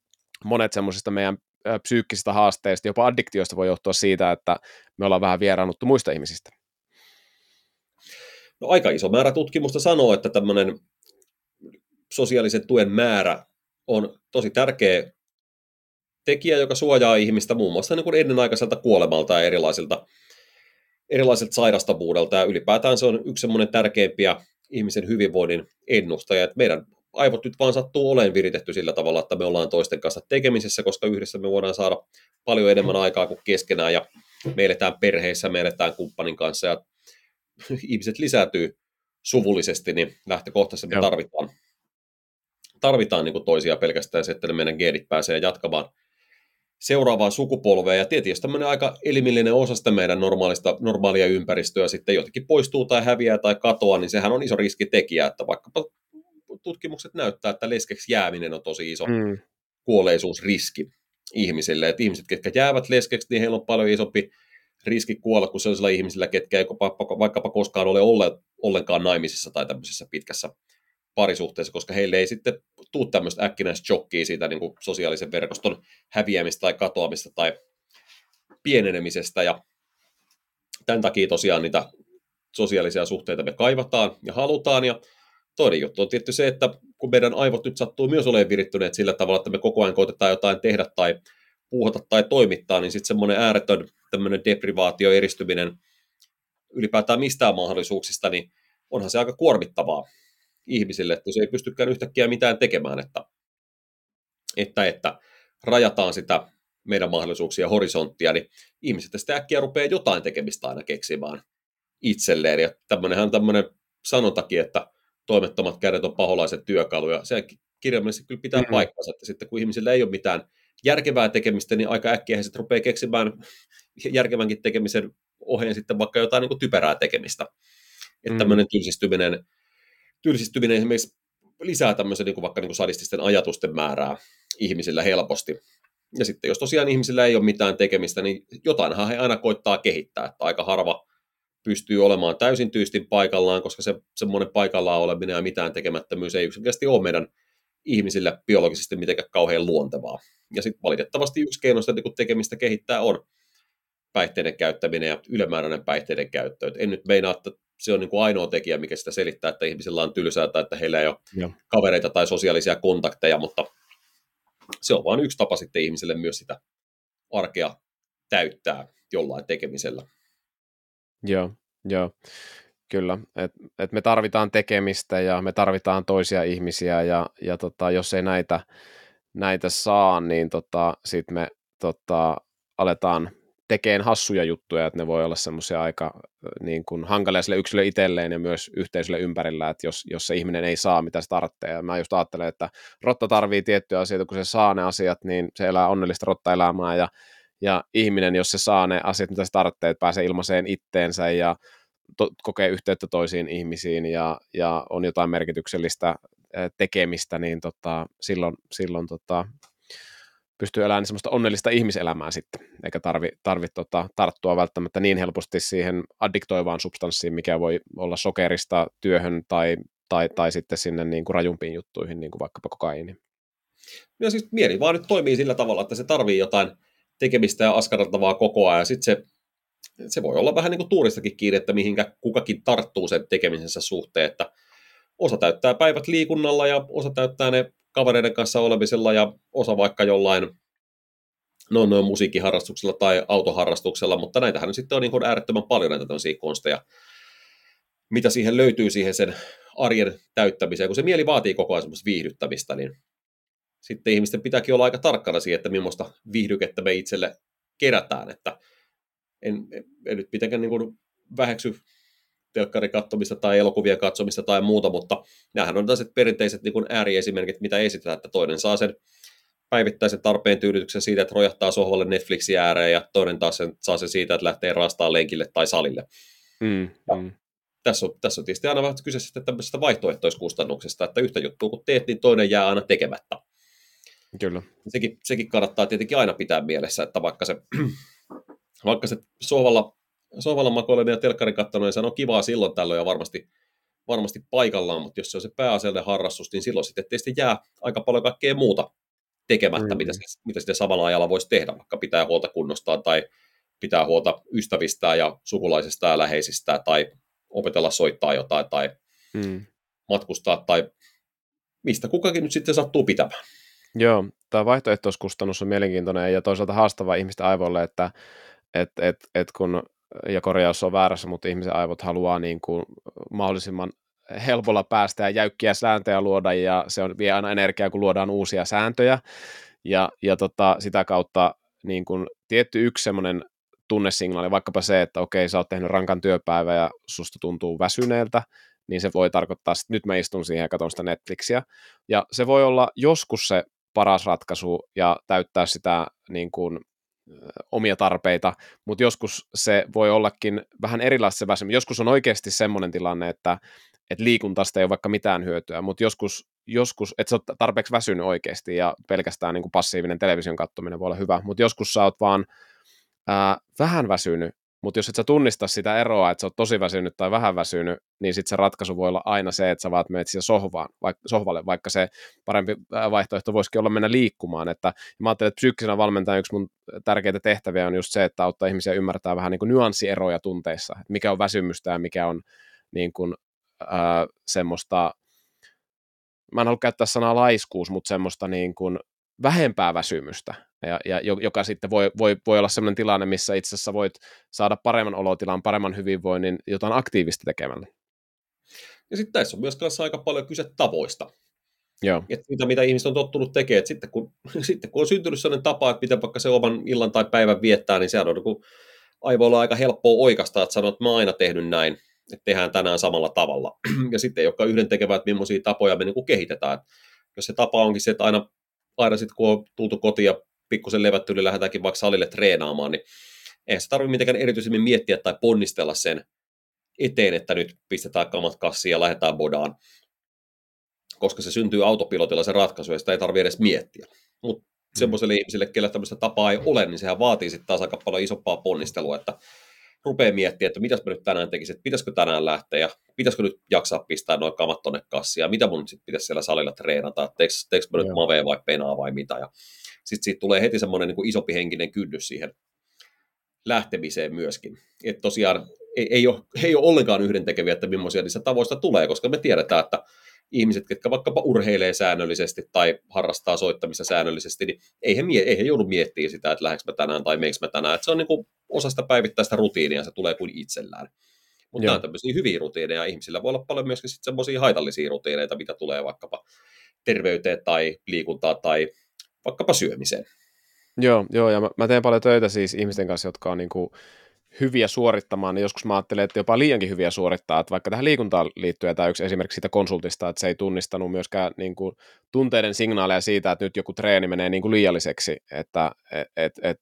monet semmoisista meidän psyykkisistä haasteista, jopa addiktioista voi johtua siitä, että me ollaan vähän vieraannuttu muista ihmisistä. No aika iso määrä tutkimusta sanoo, että tämmöinen sosiaalisen tuen määrä on tosi tärkeä tekijä, joka suojaa ihmistä muun muassa niin kuin ennenaikaiselta kuolemalta ja erilaisilta, erilaisilta sairastavuudelta. Ja ylipäätään se on yksi semmoinen tärkeimpiä ihmisen hyvinvoinnin ennustajia, että meidän aivot nyt vaan sattuu olemaan viritetty sillä tavalla, että me ollaan toisten kanssa tekemisessä, koska yhdessä me voidaan saada paljon enemmän aikaa kuin keskenään, ja me eletään perheissä, me eletään kumppanin kanssa, ja ihmiset lisääntyy suvullisesti, niin lähtökohtaisesti me tarvitaan, tarvitaan niin kuin toisia pelkästään se, että ne meidän geenit pääsee jatkamaan seuraavaan sukupolveen, ja tietysti tämmöinen aika elimellinen osa sitä meidän normaalista, normaalia ympäristöä sitten jotenkin poistuu tai häviää tai katoaa, niin sehän on iso riskitekijä, että vaikkapa tutkimukset näyttää, että leskeksi jääminen on tosi iso mm. kuolleisuusriski ihmisille. Että ihmiset, ketkä jäävät leskeksi, niin heillä on paljon isompi riski kuolla kuin sellaisilla ihmisillä, ketkä ei vaikkapa koskaan ole ollenkaan naimisissa tai tämmöisessä pitkässä parisuhteessa, koska heille ei sitten tule tämmöistä äkkinäistä shokkia siitä niin kuin sosiaalisen verkoston häviämistä tai katoamista tai pienenemisestä. Ja tämän takia tosiaan niitä sosiaalisia suhteita me kaivataan ja halutaan, ja toinen juttu on tietty se, että kun meidän aivot nyt sattuu myös olemaan virittyneet sillä tavalla, että me koko ajan koitetaan jotain tehdä tai puuhata tai toimittaa, niin sitten semmoinen ääretön tämmöinen deprivaatio, eristyminen ylipäätään mistään mahdollisuuksista, niin onhan se aika kuormittavaa ihmisille, että se ei pystykään yhtäkkiä mitään tekemään, että, että, että rajataan sitä meidän mahdollisuuksia ja horisonttia, niin ihmiset sitten äkkiä rupeaa jotain tekemistä aina keksimään itselleen. Ja tämmöinenhän on tämmöinen sanontakin, että toimettomat kädet on paholaisen työkalu, ja se kirjaimellisesti kyllä pitää Mm, paikkansa, että sitten kun ihmisillä ei ole mitään järkevää tekemistä, niin aika äkkiä he sitten rupeaa keksimään järkevänkin tekemisen oheen sitten vaikka jotain niin kuin typerää tekemistä. Että mm, tämmöinen tylsistyminen, tylsistyminen esimerkiksi lisää tämmöisen niin kuin vaikka niin kuin sadististen ajatusten määrää ihmisillä helposti. Ja sitten jos tosiaan ihmisillä ei ole mitään tekemistä, niin jotainhan he aina koittaa kehittää, että aika harva pystyy olemaan täysin tyystin paikallaan, koska se semmoinen paikallaan oleminen ja mitään tekemättömyys ei yksinkertaisesti ole meidän ihmisille biologisesti mitenkään kauhean luontevaa. Ja sitten valitettavasti yksi keino sitä niin tekemistä kehittää on päihteiden käyttäminen ja ylimääräinen päihteiden käyttö. Et en nyt meinaa, että se on niin kuin ainoa tekijä, mikä sitä selittää, että ihmisillä on tylsää tai että heillä ei ole joo. kavereita tai sosiaalisia kontakteja, mutta se on vain yksi tapa sitten ihmisille myös sitä arkea täyttää jollain tekemisellä. Joo, joo, kyllä. Et, et me tarvitaan tekemistä ja me tarvitaan toisia ihmisiä ja, ja tota, jos ei näitä, näitä saa, niin tota, sitten me tota, aletaan tekemään hassuja juttuja, että ne voi olla semmoisia aika niin kuin hankalia sille yksilölle itselleen ja myös yhteisölle ympärillä, että jos, jos se ihminen ei saa, mitä se tarvitsee. Ja mä just ajattelen, että rotta tarvii tiettyjä asioita, kun se saa ne asiat, niin se elää onnellista rottaelämää ja Ja ihminen, jos se saa ne asiat, mitä se tarvitsee, että pääsee ilmaiseen itteensä ja to- kokee yhteyttä toisiin ihmisiin ja, ja on jotain merkityksellistä tekemistä, niin tota, silloin, silloin tota, pystyy elämään semmoista onnellista ihmiselämää sitten, eikä tarvi, tarvi tota, tarttua välttämättä niin helposti siihen addiktoivaan substanssiin, mikä voi olla sokerista työhön tai, tai, tai sitten sinne niin kuin rajumpiin juttuihin, niin kuin vaikkapa kokaiini. Ja siis mieli vaan nyt toimii sillä tavalla, että se tarvii jotain tekemistä ja askarteltavaa koko ajan. Sitten se, se voi olla vähän niin kuin tuuristakin kiinni, että mihinkä kukakin tarttuu sen tekemisensä suhteen, että osa täyttää päivät liikunnalla ja osa täyttää ne kavereiden kanssa olemisella ja osa vaikka jollain no, no, musiikkiharrastuksella tai autoharrastuksella, mutta näitähän sitten on niin kuin äärettömän paljon näitä tämmöisiä konsteja, mitä siihen löytyy siihen sen arjen täyttämiseen. Kun se mieli vaatii koko ajan semmoista viihdyttämistä, niin sitten ihmisten pitääkin olla aika tarkkana siihen, että millaista viihdykettä me itselle kerätään, että en, en, en nyt mitenkään niin kuin väheksy telkkarin katsomista tai elokuvien katsomista tai muuta, mutta nämähän on tällaiset perinteiset niin kuin ääriesimerkit, mitä esitetään, että toinen saa sen päivittäisen tarpeen tyydytyksen siitä, että rojahtaa sohvalle Netflixin ääreen, ja toinen taas sen, saa sen siitä, että lähtee raastaa lenkille tai salille. Mm, mm. Tässä on, tässä on tietysti aina vähän kyse sitten tämmöisestä vaihtoehtoiskustannuksesta, että yhtä juttua kun teet, niin toinen jää aina tekemättä. Kyllä. Sekin, sekin kannattaa tietenkin aina pitää mielessä, että vaikka se, vaikka se sohvalla, sohvalla makoileminen ja telkkarin katsominen, se on kivaa silloin tällöin ja varmasti, varmasti paikallaan, mutta jos se on se pääasiallinen harrastus, niin silloin sitten tietysti jää aika paljon kaikkea muuta tekemättä, mm. mitä, mitä sitten samalla ajalla voisi tehdä, vaikka pitää huolta kunnostaan tai pitää huolta ystävistään ja sukulaisista ja läheisistä tai opetella soittaa jotain tai mm. matkustaa tai mistä kukakin nyt sitten sattuu pitämään. Joo, tämä vaihtoehtoiskustannus on mielenkiintoinen ja toisaalta haastava ihmisten aivoille, että et, et, et kun, ja korjaus on väärässä, mutta ihmisen aivot haluaa niin kuin mahdollisimman helpolla päästä ja jäykkiä sääntöjä luoda, ja se on, vie aina energiaa, kun luodaan uusia sääntöjä, ja, ja tota, sitä kautta niin kuin tietty yksi semmoinen tunnesignaali, vaikkapa se, että okei, sä oot tehnyt rankan työpäivä ja susta tuntuu väsyneeltä, niin se voi tarkoittaa, että nyt mä istun siihen ja katson sitä Netflixiä, ja se voi olla joskus se paras ratkaisu ja täyttää sitä niin kuin omia tarpeita, mutta joskus se voi ollakin vähän erilaista se väsymys. Joskus on oikeasti semmoinen tilanne, että, että liikuntasta ei ole vaikka mitään hyötyä, mutta joskus, joskus että sä oot tarpeeksi väsynyt oikeasti ja pelkästään niin kuin passiivinen television katsominen voi olla hyvä, mutta joskus sä oot vaan ää, vähän väsynyt, mutta jos et sä tunnista sitä eroa, että sä oot tosi väsynyt tai vähän väsynyt, niin sitten se ratkaisu voi olla aina se, että sä vaan menet siihen sohvaan, vaikka, sohvalle, vaikka se parempi vaihtoehto voisikin olla mennä liikkumaan. Että, mä ajattelen, että psyykkisenä valmentajan yksi mun tärkeitä tehtäviä on just se, että auttaa ihmisiä ymmärtää vähän niin kuin nyanssieroja tunteissa, että mikä on väsymystä ja mikä on niin kuin, ää, semmoista, mä en halua käyttää sanaa laiskuus, mutta semmoista niin kuin vähempää väsymystä, ja, ja, joka sitten voi, voi, voi olla sellainen tilanne, missä itse asiassa voit saada paremman olotilan, paremman hyvinvoinnin jotain aktiivista tekemällä. Ja sitten tässä on myös kanssa aika paljon kyse tavoista. Joo. Että mitä, mitä ihmiset on tottunut tekemään. Että sitten, kun, sitten kun on syntynyt sellainen tapa, että miten vaikka se oman illan tai päivän viettää, niin sehän on niin aivoilla aika helppoa oikasta, että sanoo, että mä oon aina tehnyt näin, että tehdään tänään samalla tavalla. Ja sitten ei olekaan yhdentekevää, että millaisia tapoja me niin kuin kehitetään. Että jos se tapa onkin se, että aina, aina sitten kun on tultu kotiin ja pikkusen levätty, niin lähdetäänkin vaikka salille treenaamaan, niin eihän se tarvitse mitenkään erityisemmin miettiä tai ponnistella sen eteen, että nyt pistetään kamat kassiin ja lähdetään bodaan, koska se syntyy autopilotilla se ratkaisu, ja sitä ei tarvitse edes miettiä. Mutta mm. semmoiselle ihmiselle, kelle tämmöistä tapaa ei ole, niin sehän vaatii sitten taas aika paljon isompaa ponnistelua, että rupeaa miettimään, että mitäs mä nyt tänään tekisin, että pitäisikö tänään lähteä, ja pitäisikö nyt jaksaa pistää noin kamat tonne kassiin, ja mitä mun nyt sitten pitäisi siellä salilla treenata, teekö, teekö mä nyt mavea vai penaa vai mitä, ja sitten siitä tulee heti semmoinen niin kuin isompi henkinen kynnys siihen lähtemiseen myöskin. Että tosiaan ei, ei, ole, ei ole ollenkaan yhdentekeviä, että millaisia niistä tavoista tulee, koska me tiedetään, että ihmiset, jotka vaikkapa urheilee säännöllisesti tai harrastaa soittamista säännöllisesti, niin ei he, mie- ei he joudu miettimään sitä, että lähdekö mä tänään tai meikö mä tänään. Että se on niin kuin osa sitä päivittäistä rutiinia, se tulee kuin itsellään. Mutta nämä on tämmöisiä hyviä rutiineja. Ihmisillä voi olla paljon myöskin sitten semmoisia haitallisia rutiineita, mitä tulee vaikkapa terveyteen tai liikuntaa tai vaikkapa syömiseen. Joo, joo, ja mä, mä teen paljon töitä siis ihmisten kanssa, jotka on niin kuin hyviä suorittamaan, niin joskus mä ajattelen, että jopa liiankin hyviä suorittaa, että vaikka tähän liikuntaan liittyen, tämä yksi esimerkiksi siitä konsultista, että se ei tunnistanut myöskään niin kuin tunteiden signaaleja siitä, että nyt joku treeni menee niin kuin liialliseksi, että et, et, et,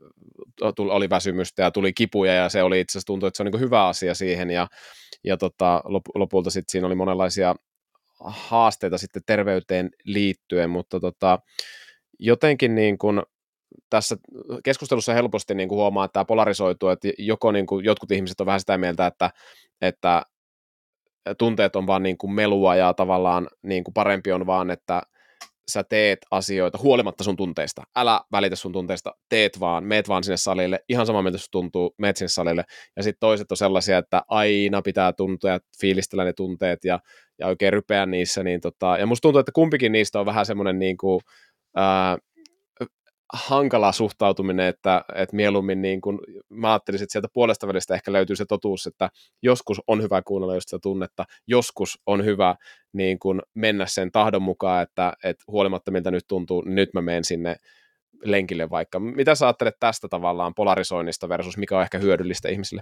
oli väsymystä ja tuli kipuja, ja se oli itse asiassa tuntui, että se on niin kuin hyvä asia siihen, ja, ja tota, lop, lopulta sitten siinä oli monenlaisia haasteita sitten terveyteen liittyen, mutta tota, jotenkin niin kuin tässä keskustelussa helposti niin kuin huomaa, että tämä polarisoituu, että joko niin kuin jotkut ihmiset on vähän sitä mieltä, että, että tunteet on vaan niin kuin melua ja tavallaan niin kuin parempi on vaan, että sä teet asioita huolimatta sun tunteista. Älä välitä sun tunteista, teet vaan, meet vaan sinne salille, ihan sama miltä se tuntuu, meet sinne salille. Ja sitten toiset on sellaisia, että aina pitää tuntua ja fiilistellä ne tunteet ja, ja oikein rypeä niissä. Niin tota, ja musta tuntuu, että kumpikin niistä on vähän semmoinen niin kuin, ää, hankala suhtautuminen, että, että mieluummin niin kuin, mä ajattelisin, että sieltä puolesta välistä ehkä löytyy se totuus, että joskus on hyvä kuunnella just sitä tunnetta, joskus on hyvä niin kuin mennä sen tahdon mukaan, että, että huolimatta miltä nyt tuntuu, niin nyt mä menen sinne lenkille vaikka. Mitä sä ajattelet tästä tavallaan polarisoinnista versus mikä on ehkä hyödyllistä ihmisille?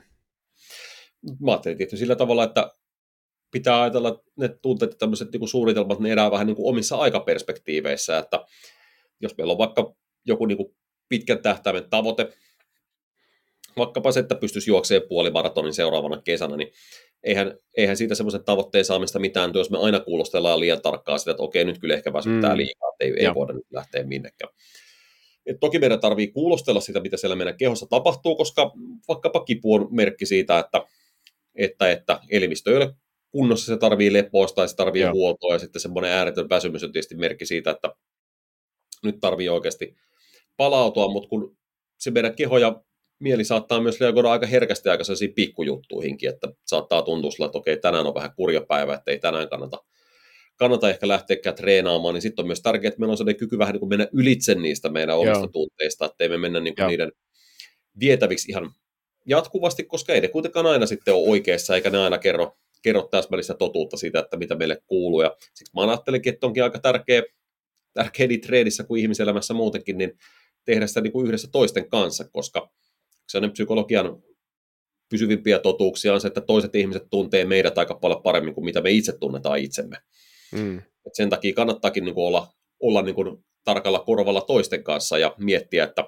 Mä ajattelin tietysti sillä tavalla, että pitää ajatella, että ne tunteet ja tämmöiset niin kuin suunnitelmat, ne elää vähän niin kuin omissa aikaperspektiiveissä, että jos meillä on vaikka joku niin kuin pitkän tähtäimen tavoite, vaikkapa se, että pystyisi juoksemaan puolimaratonin seuraavana kesänä, niin eihän, eihän siitä semmoisen tavoitteen saamista mitään, jos me aina kuulostellaan liian tarkkaan sitä, että okei, nyt kyllä ehkä väsyttää mm. liikaa, että ei, ei voida nyt lähteä minnekään. Et toki meidän tarvii kuulostella sitä, mitä siellä meidän kehossa tapahtuu, koska vaikkapa kipu on merkki siitä, että, että, että elimistö ei ole kunnossa, se tarvii lepoa tai se tarvii Joo. huoltoa, ja sitten semmoinen ääretön väsymys on tietysti merkki siitä, että nyt tarvii oikeasti palautua, mutta kun se meidän keho ja mieli saattaa myös reagoida aika herkästi aika sellaisiin pikkujuttuihinkin, että saattaa tuntua sillä, että okei, tänään on vähän kurja päivä, että ei tänään kannata, kannata ehkä lähteäkään treenaamaan, niin sitten on myös tärkeää, että meillä on sellainen kyky vähän niin kuin mennä ylitse niistä meidän omista Joo. tunteista, ettei me mennä niin kuin niiden vietäviksi ihan jatkuvasti, koska ei ne kuitenkaan aina sitten ole oikeassa, eikä ne aina kerro, kerro täsmällistä totuutta siitä, että mitä meille kuuluu, ja siksi mä ajattelinkin, että onkin aika tärkeä tärkeä niin treenissä kuin ihmiselämässä muutenkin, niin tehdä sitä niin kuin yhdessä toisten kanssa, koska sellainen psykologian pysyvimpiä totuuksia on se, että toiset ihmiset tuntee meidät aika paljon paremmin kuin mitä me itse tunnetaan itsemme. Mm. Et sen takia kannattaakin niin kuin olla, olla niin kuin tarkalla korvalla toisten kanssa ja miettiä, että,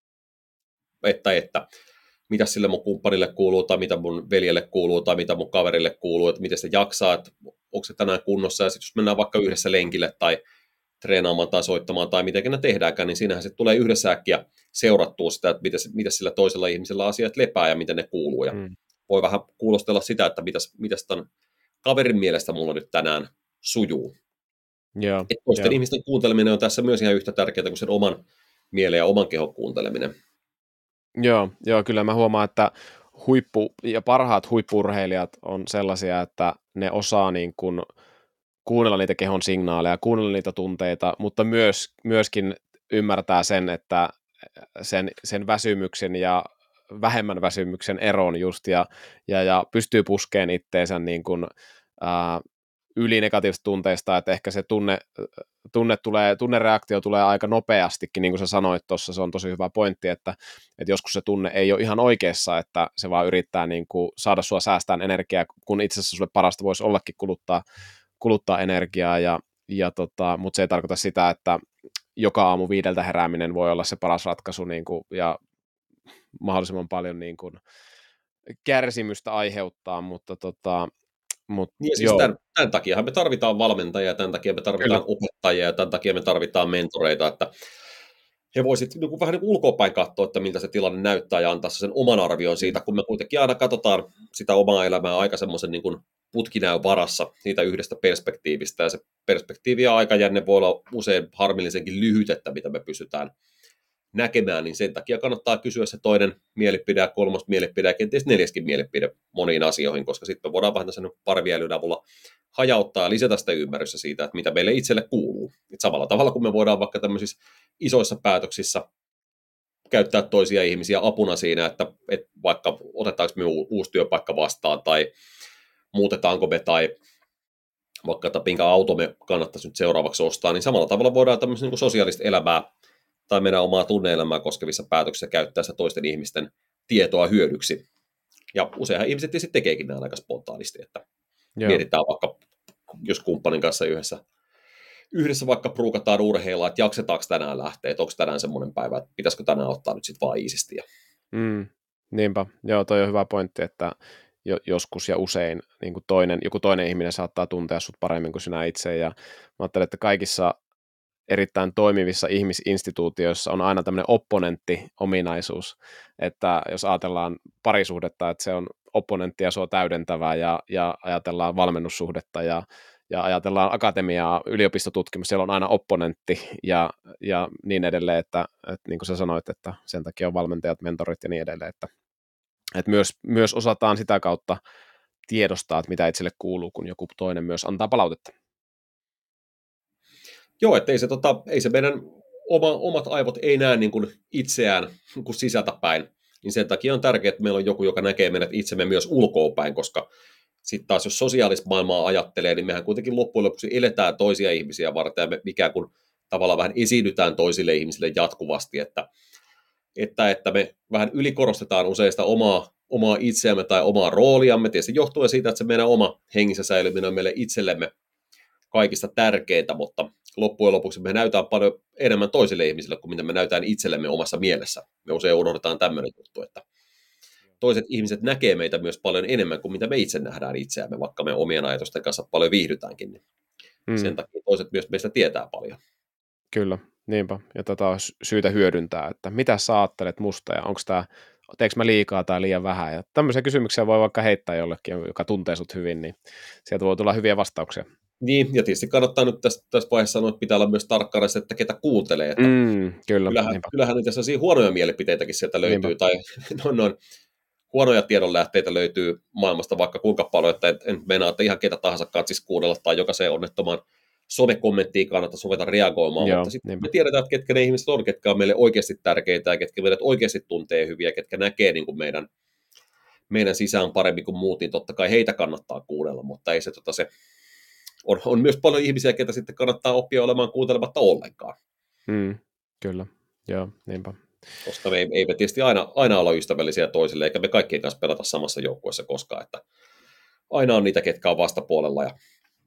että, että mitä sille mun kumppanille kuuluu, tai mitä mun veljelle kuuluu, tai mitä mun kaverille kuuluu, että miten se jaksaa, että onko se tänään kunnossa, ja sitten jos mennään vaikka yhdessä lenkille tai treenaamaan tai soittamaan tai miten ne tehdäänkään, niin siinähän se tulee yhdessä äkkiä seurattua sitä, että mitä, mitä sillä toisella ihmisellä asiat lepää ja miten ne kuuluu. Ja mm. voi vähän kuulostella sitä, että mitäs, mitäs tämän kaverin mielestä mulla nyt tänään sujuu. Yeah, että toisten yeah. ihmisten kuunteleminen on tässä myös ihan yhtä tärkeää kuin sen oman mielen ja oman kehon kuunteleminen. Joo, joo, kyllä mä huomaan, että huippu ja parhaat huippu-urheilijat on sellaisia, että ne osaa niin kuin kuunnella niitä kehon signaaleja, kuunnella niitä tunteita, mutta myös, myöskin ymmärtää sen, että sen, sen väsymyksen ja vähemmän väsymyksen eron just, ja, ja, ja pystyy puskeen itteensä niin kuin, ää, ylinegatiivisista tunteista, että ehkä se tunne, tunne tulee, tunnereaktio tulee aika nopeastikin, niin kuin sä sanoit tuossa, se on tosi hyvä pointti, että, että joskus se tunne ei ole ihan oikeassa, että se vaan yrittää niin kuin saada sua säästään energiaa, kun itse asiassa sulle parasta voisi ollakin kuluttaa, kuluttaa energiaa, ja, ja tota, mutta se ei tarkoita sitä, että joka aamu viideltä herääminen voi olla se paras ratkaisu, niin kuin, ja mahdollisimman paljon niin kuin kärsimystä aiheuttaa, mutta tota, Mut, Niin ja siis joo. tämän, tämän takia me tarvitaan valmentajia, tämän takia me tarvitaan Kyllä. opettajia ja tämän takia me tarvitaan mentoreita, että he voisivat niin vähän niin ulkoapäin katsoa, että miltä se tilanne näyttää ja antaa sen oman arvion siitä, kun me kuitenkin aina katsotaan sitä omaa elämää aika semmoisen niin putkinäön varassa siitä yhdestä perspektiivistä, ja se perspektiivi ja aikajänne voi olla usein harmillisenkin lyhyt, että mitä me pystytään näkemään, niin sen takia kannattaa kysyä se toinen mielipide ja kolmas mielipide ja kenties neljäskin mielipide moniin asioihin, koska sitten me voidaan vähän sen parviälyn avulla hajauttaa ja lisätä sitä ymmärrystä siitä, että mitä meille itselle kuuluu. Et samalla tavalla kuin me voidaan vaikka tämmöisissä isoissa päätöksissä käyttää toisia ihmisiä apuna siinä, että, että vaikka otetaanko me uusi työpaikka vastaan tai muutetaanko me tai vaikka että minkä auto me kannattaisi nyt seuraavaksi ostaa, niin samalla tavalla voidaan tämmöistä niin kuin sosiaalista elämää tai meidän omaa tunne-elämää koskevissa päätöksissä käyttää sitä toisten ihmisten tietoa hyödyksi. Ja useinhan ihmiset sitten tekeekin nämä aika spontaanisti, että Joo. mietitään vaikka, jos kumppanin kanssa yhdessä, yhdessä vaikka pruukataan urheilla, että jaksetaanko tänään lähteä, että onko tänään semmoinen päivä, että pitäisikö tänään ottaa nyt sitten vaan iisisti. Mm, niinpä, joo, toi on hyvä pointti, että joskus ja usein niin kuin toinen, joku toinen ihminen saattaa tuntea sut paremmin kuin sinä itse, ja mä ajattelen, että kaikissa erittäin toimivissa ihmisinstituutioissa on aina tämmöinen opponentti-ominaisuus, että jos ajatellaan parisuhdetta, että se on opponentti ja sua täydentävää, ja, ja ajatellaan valmennussuhdetta, ja, ja ajatellaan akatemiaa, yliopistotutkimus, siellä on aina opponentti, ja, ja niin edelleen, että, että niin kuin sä sanoit, että sen takia on valmentajat, mentorit ja niin edelleen, että, että myös, myös osataan sitä kautta tiedostaa, että mitä itselle kuuluu, kun joku toinen myös antaa palautetta. Joo, että ei se, tota, ei se meidän oma, omat aivot ei näe niin kuin itseään niin kuin sisältäpäin, niin sen takia on tärkeää, että meillä on joku, joka näkee meidät itsemme myös ulkoapäin, koska sitten taas jos sosiaalista maailmaa ajattelee, niin mehän kuitenkin loppujen lopuksi eletään toisia ihmisiä varten, ja me ikään kuin tavallaan vähän esiinnytään toisille ihmisille jatkuvasti, että, että, että me vähän ylikorostetaan usein sitä omaa, omaa itseämme tai omaa rooliamme, tietysti johtuen siitä, että se meidän oma hengissä säilyminen on meille itsellemme kaikista tärkeintä, mutta loppujen lopuksi me näytään paljon enemmän toisille ihmisille kuin mitä me näytään itsellemme omassa mielessä. Me usein unohdetaan tämmöinen juttu, että toiset ihmiset näkee meitä myös paljon enemmän kuin mitä me itse nähdään itseämme, vaikka me omien ajatusten kanssa paljon viihdytäänkin. Niin mm. Sen takia toiset myös meistä tietää paljon. Kyllä, niinpä. Ja tätä on syytä hyödyntää, että mitä sä ajattelet musta ja onko tämä, teekö mä liikaa tai liian vähän. Ja tämmöisiä kysymyksiä voi vaikka heittää jollekin, joka tuntee sut hyvin, niin sieltä voi tulla hyviä vastauksia. Niin, ja tietysti kannattaa nyt tässä, tässä vaiheessa sanoa, että pitää olla myös tarkkana, että ketä kuuntelee. Että mm, kyllä, kyllähän, kyllähän niitä sellaisia huonoja mielipiteitäkin sieltä löytyy, niinpä. Tai noin, noin huonoja tiedonlähteitä löytyy maailmasta vaikka kuinka paljon, että en, en meinaa, että ihan ketä tahansa katsisi kuunnella tai jokaiseen onnettomaan somekommenttiin kannattaa ruveta reagoimaan, Joo, mutta sitten me tiedetään, että ketkä ne ihmiset on, ketkä on meille oikeasti tärkeitä ja ketkä meidät oikeasti tuntee hyviä, ketkä näkee niin kuin meidän, meidän sisään paremmin kuin muut, niin totta kai heitä kannattaa kuunnella, mutta ei se, tota, se on, on myös paljon ihmisiä, ketä sitten kannattaa oppia olemaan kuuntelematta ollenkaan. Mm, kyllä, joo, niinpä. Koska me ei, ei me tietysti aina, aina olla ystävällisiä toisille, eikä me kaikkien kanssa pelata samassa joukkueessa koskaan, että aina on niitä, ketkä on vastapuolella ja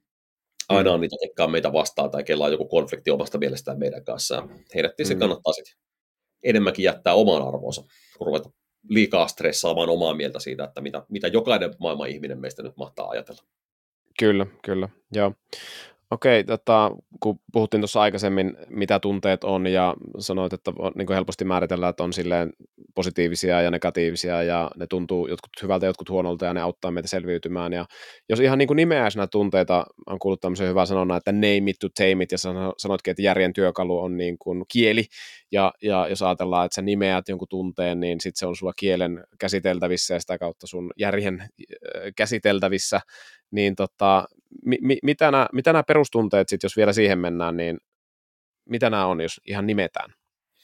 aina mm. on niitä, ketkä on meitä vastaan tai kella on joku konflikti omasta mielestään meidän kanssa. Ja heidät tietysti mm. kannattaa sitten enemmänkin jättää omaan arvoonsa, kun ruveta liikaa stressaamaan omaa mieltä siitä, että mitä, mitä jokainen maailman ihminen meistä nyt mahtaa ajatella. Kyllä, kyllä, joo. Okei, tota, kun puhuttiin tuossa aikaisemmin, mitä tunteet on, ja sanoit, että niin kuin helposti määritellään, että on silleen positiivisia ja negatiivisia, ja ne tuntuu jotkut hyvältä, jotkut huonolta, ja ne auttaa meitä selviytymään. Ja jos ihan niin kuin nimeäisi näitä tunteita, on kuullut tämmöisen hyvän sanonnan, että name it to tame it, ja sanoitkin, että järjen työkalu on niin kuin kieli, ja, ja jos ajatellaan, että sä nimeät jonkun tunteen, niin sitten se on sulla kielen käsiteltävissä, ja sitä kautta sun järjen käsiteltävissä, niin tota, mi, mi, mitä, nämä, mitä nämä perustunteet sitten, jos vielä siihen mennään, niin mitä nämä on, jos ihan nimetään?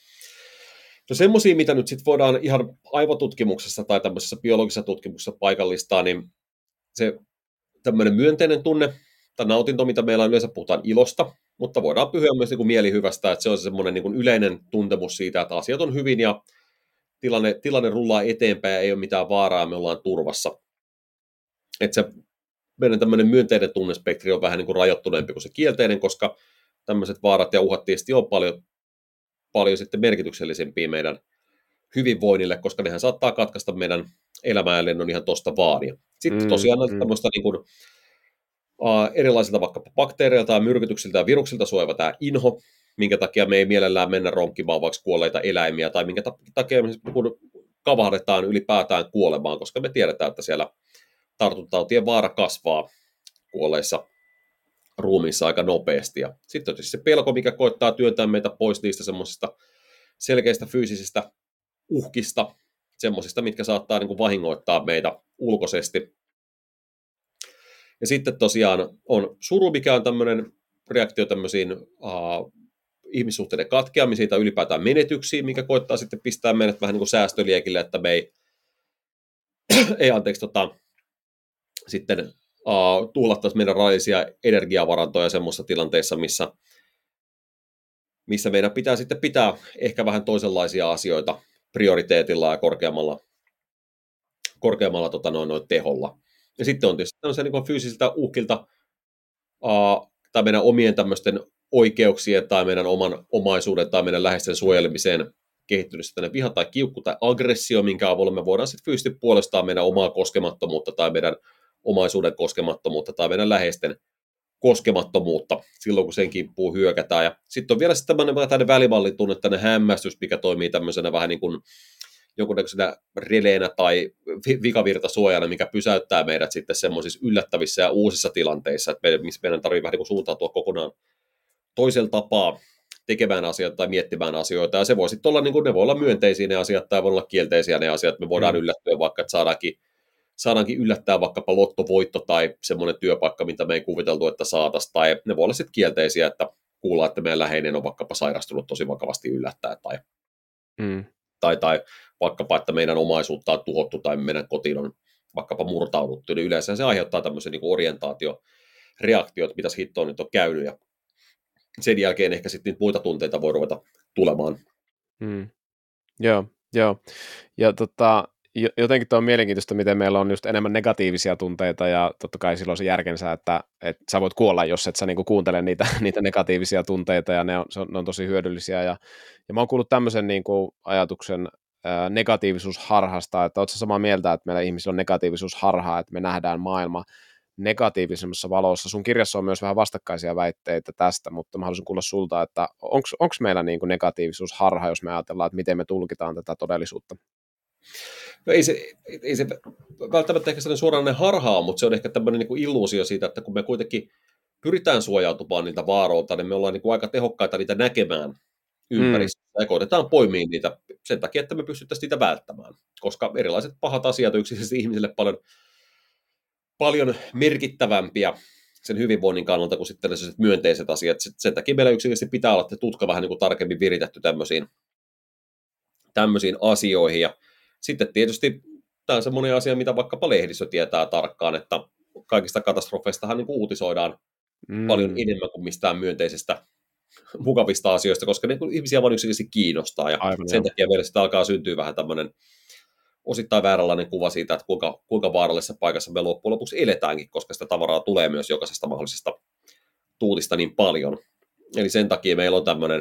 No semmoisia, mitä nyt sitten voidaan ihan aivotutkimuksessa tai tämmöisessä biologisessa tutkimuksessa paikallistaa, niin se tämmöinen myönteinen tunne, tai nautinto, mitä meillä on, yleensä puhutaan ilosta, mutta voidaan pyhyä myös niin kuin mielihyvästä, että se on semmoinen niin kuin yleinen tuntemus siitä, että asiat on hyvin ja tilanne, tilanne rullaa eteenpäin ja ei ole mitään vaaraa, me ollaan turvassa. Että se meidän tämmöinen myönteinen tunnespektri on vähän niin kuin rajoittuneempi kuin se kielteinen, koska tämmöiset vaarat ja uhat tietysti on paljon, paljon sitten merkityksellisempiä meidän hyvinvoinnille, koska nehän saattaa katkaista meidän elämää ja lennon ihan tosta vaan. Ja sitten Mm, tosiaan mm. tämmöistä niin kuin, uh, erilaisilta vaikkapa bakteereilta ja myrkytyksiltä ja viruksilta suojava tämä inho, minkä takia me ei mielellään mennä ronkimaan vaikka kuolleita eläimiä, tai minkä takia me kun kavahdetaan ylipäätään kuolemaan, koska me tiedetään, että siellä tartuntatautien vaara kasvaa kuolleissa ruumiissa aika nopeasti. Ja sitten on se pelko, mikä koittaa työntää meitä pois niistä semmoisista selkeistä fyysisistä uhkista, semmoisista, mitkä saattaa niin kuin vahingoittaa meitä ulkoisesti. Ja sitten tosiaan on suru, mikä on tämmöinen reaktio tämmöisiin uh, ihmissuhteiden katkeamisiin tai ylipäätään menetyksiin, mikä koittaa sitten pistää meidät vähän niin kuin säästöliekille, että me ei, ei anteeksi, tota, sitten uh, tuhlattaisi meidän rajallisia energiavarantoja semmoisissa tilanteissa, missä, missä meidän pitää sitten pitää ehkä vähän toisenlaisia asioita prioriteetilla ja korkeammalla, korkeammalla tota, noin, noin teholla. Ja sitten on tietysti tämmöisiä niin fyysisiltä uhkilta uh, tai meidän omien tämmöisten oikeuksien tai meidän oman omaisuuden tai meidän läheisten suojelemiseen kehittynyt tänne viha tai kiukku tai aggressio, minkä avulla me voidaan sitten fyysisesti puolestaan meidän omaa koskemattomuutta tai meidän omaisuuden koskemattomuutta tai meidän läheisten koskemattomuutta silloin, kun sen kimppuun hyökätään. Ja sitten on vielä sitten tämmöinen välimallin tunne, tämmöinen hämmästys, mikä toimii tämmöisenä vähän niin kuin jonkunnäköisenä releenä tai vikavirtasuojana, mikä pysäyttää meidät sitten semmoisissa yllättävissä ja uusissa tilanteissa, että meidän, missä meidän tarvitsee vähän niin kuin suuntautua kokonaan toisella tapaa tekemään asioita tai miettimään asioita. Ja se voi sitten olla, niin kuin, ne voi olla myönteisiä ne asiat tai voi olla kielteisiä ne asiat. Me voidaan mm. yllättyä vaikka, että saadaankin, saadaankin yllättää vaikkapa lottovoitto tai semmoinen työpaikka, mitä me ei kuviteltu, että saataisiin. Tai ne voi olla sitten kielteisiä, että kuullaan, että meidän läheinen on vaikkapa sairastunut tosi vakavasti yllättää tai mm. Tai, tai vaikkapa, että meidän omaisuutta on tuhottu tai meidän kotiin on vaikkapa murtauduttu, niin yleensä se aiheuttaa tämmöisen niin orientaatioreaktiot, mitä hittoa nyt on käynyt, ja sen jälkeen ehkä sitten niitä muita tunteita voi ruveta tulemaan. Mm. Joo, joo. Ja tota, jotenkin tuo on mielenkiintoista, miten meillä on just enemmän negatiivisia tunteita, ja totta kai silloin se järkensä, että, että sä voit kuolla, jos et sä niinku kuuntele niitä, niitä negatiivisia tunteita, ja ne on, ne on tosi hyödyllisiä. Ja, ja mä oon kuullut tämmöisen niinku ajatuksen ää, negatiivisuusharhasta, että ootko sä samaa mieltä, että meillä ihmisillä on negatiivisuusharha, että me nähdään maailma negatiivisemmassa valossa. Sun kirjassa on myös vähän vastakkaisia väitteitä tästä, mutta mä haluaisin kuulla sulta, että onko meillä niinku negatiivisuusharha, jos me ajatellaan, että miten me tulkitaan tätä todellisuutta? No ei se, ei se välttämättä ehkä sellainen suoranainen harhaa, mutta se on ehkä tämmöinen niin kuin illuusio siitä, että kun me kuitenkin pyritään suojautumaan niiltä vaaroilta, niin me ollaan niin kuin aika tehokkaita niitä näkemään ympäristössä mm. ja koitetaan poimia niitä sen takia, että me pystyttäisiin niitä välttämään, koska erilaiset pahat asiat on yksityisesti ihmisille paljon, paljon merkittävämpiä sen hyvinvoinnin kannalta kuin sitten sellaiset myönteiset asiat. Sen takia meillä yksinkertaisesti pitää olla tutka vähän niin kuin tarkemmin viritetty tämmöisiin, tämmöisiin asioihin. Ja sitten tietysti tämä on semmoinen asia, mitä vaikkapa lehdistö tietää tarkkaan, että kaikista katastrofeistahan niin kuin uutisoidaan mm. paljon enemmän kuin mistään myönteisestä mukavista asioista, koska niin kuin ihmisiä vaan yksinkertaisesti kiinnostaa. Ja Aivan, sen jo. takia meillä sitten alkaa syntyä vähän tämmöinen osittain vääränlainen kuva siitä, että kuinka, kuinka vaarallisessa paikassa me loppujen lopuksi eletäänkin, koska sitä tavaraa tulee myös jokaisesta mahdollisesta tuutista niin paljon. Eli sen takia meillä on tämmöinen,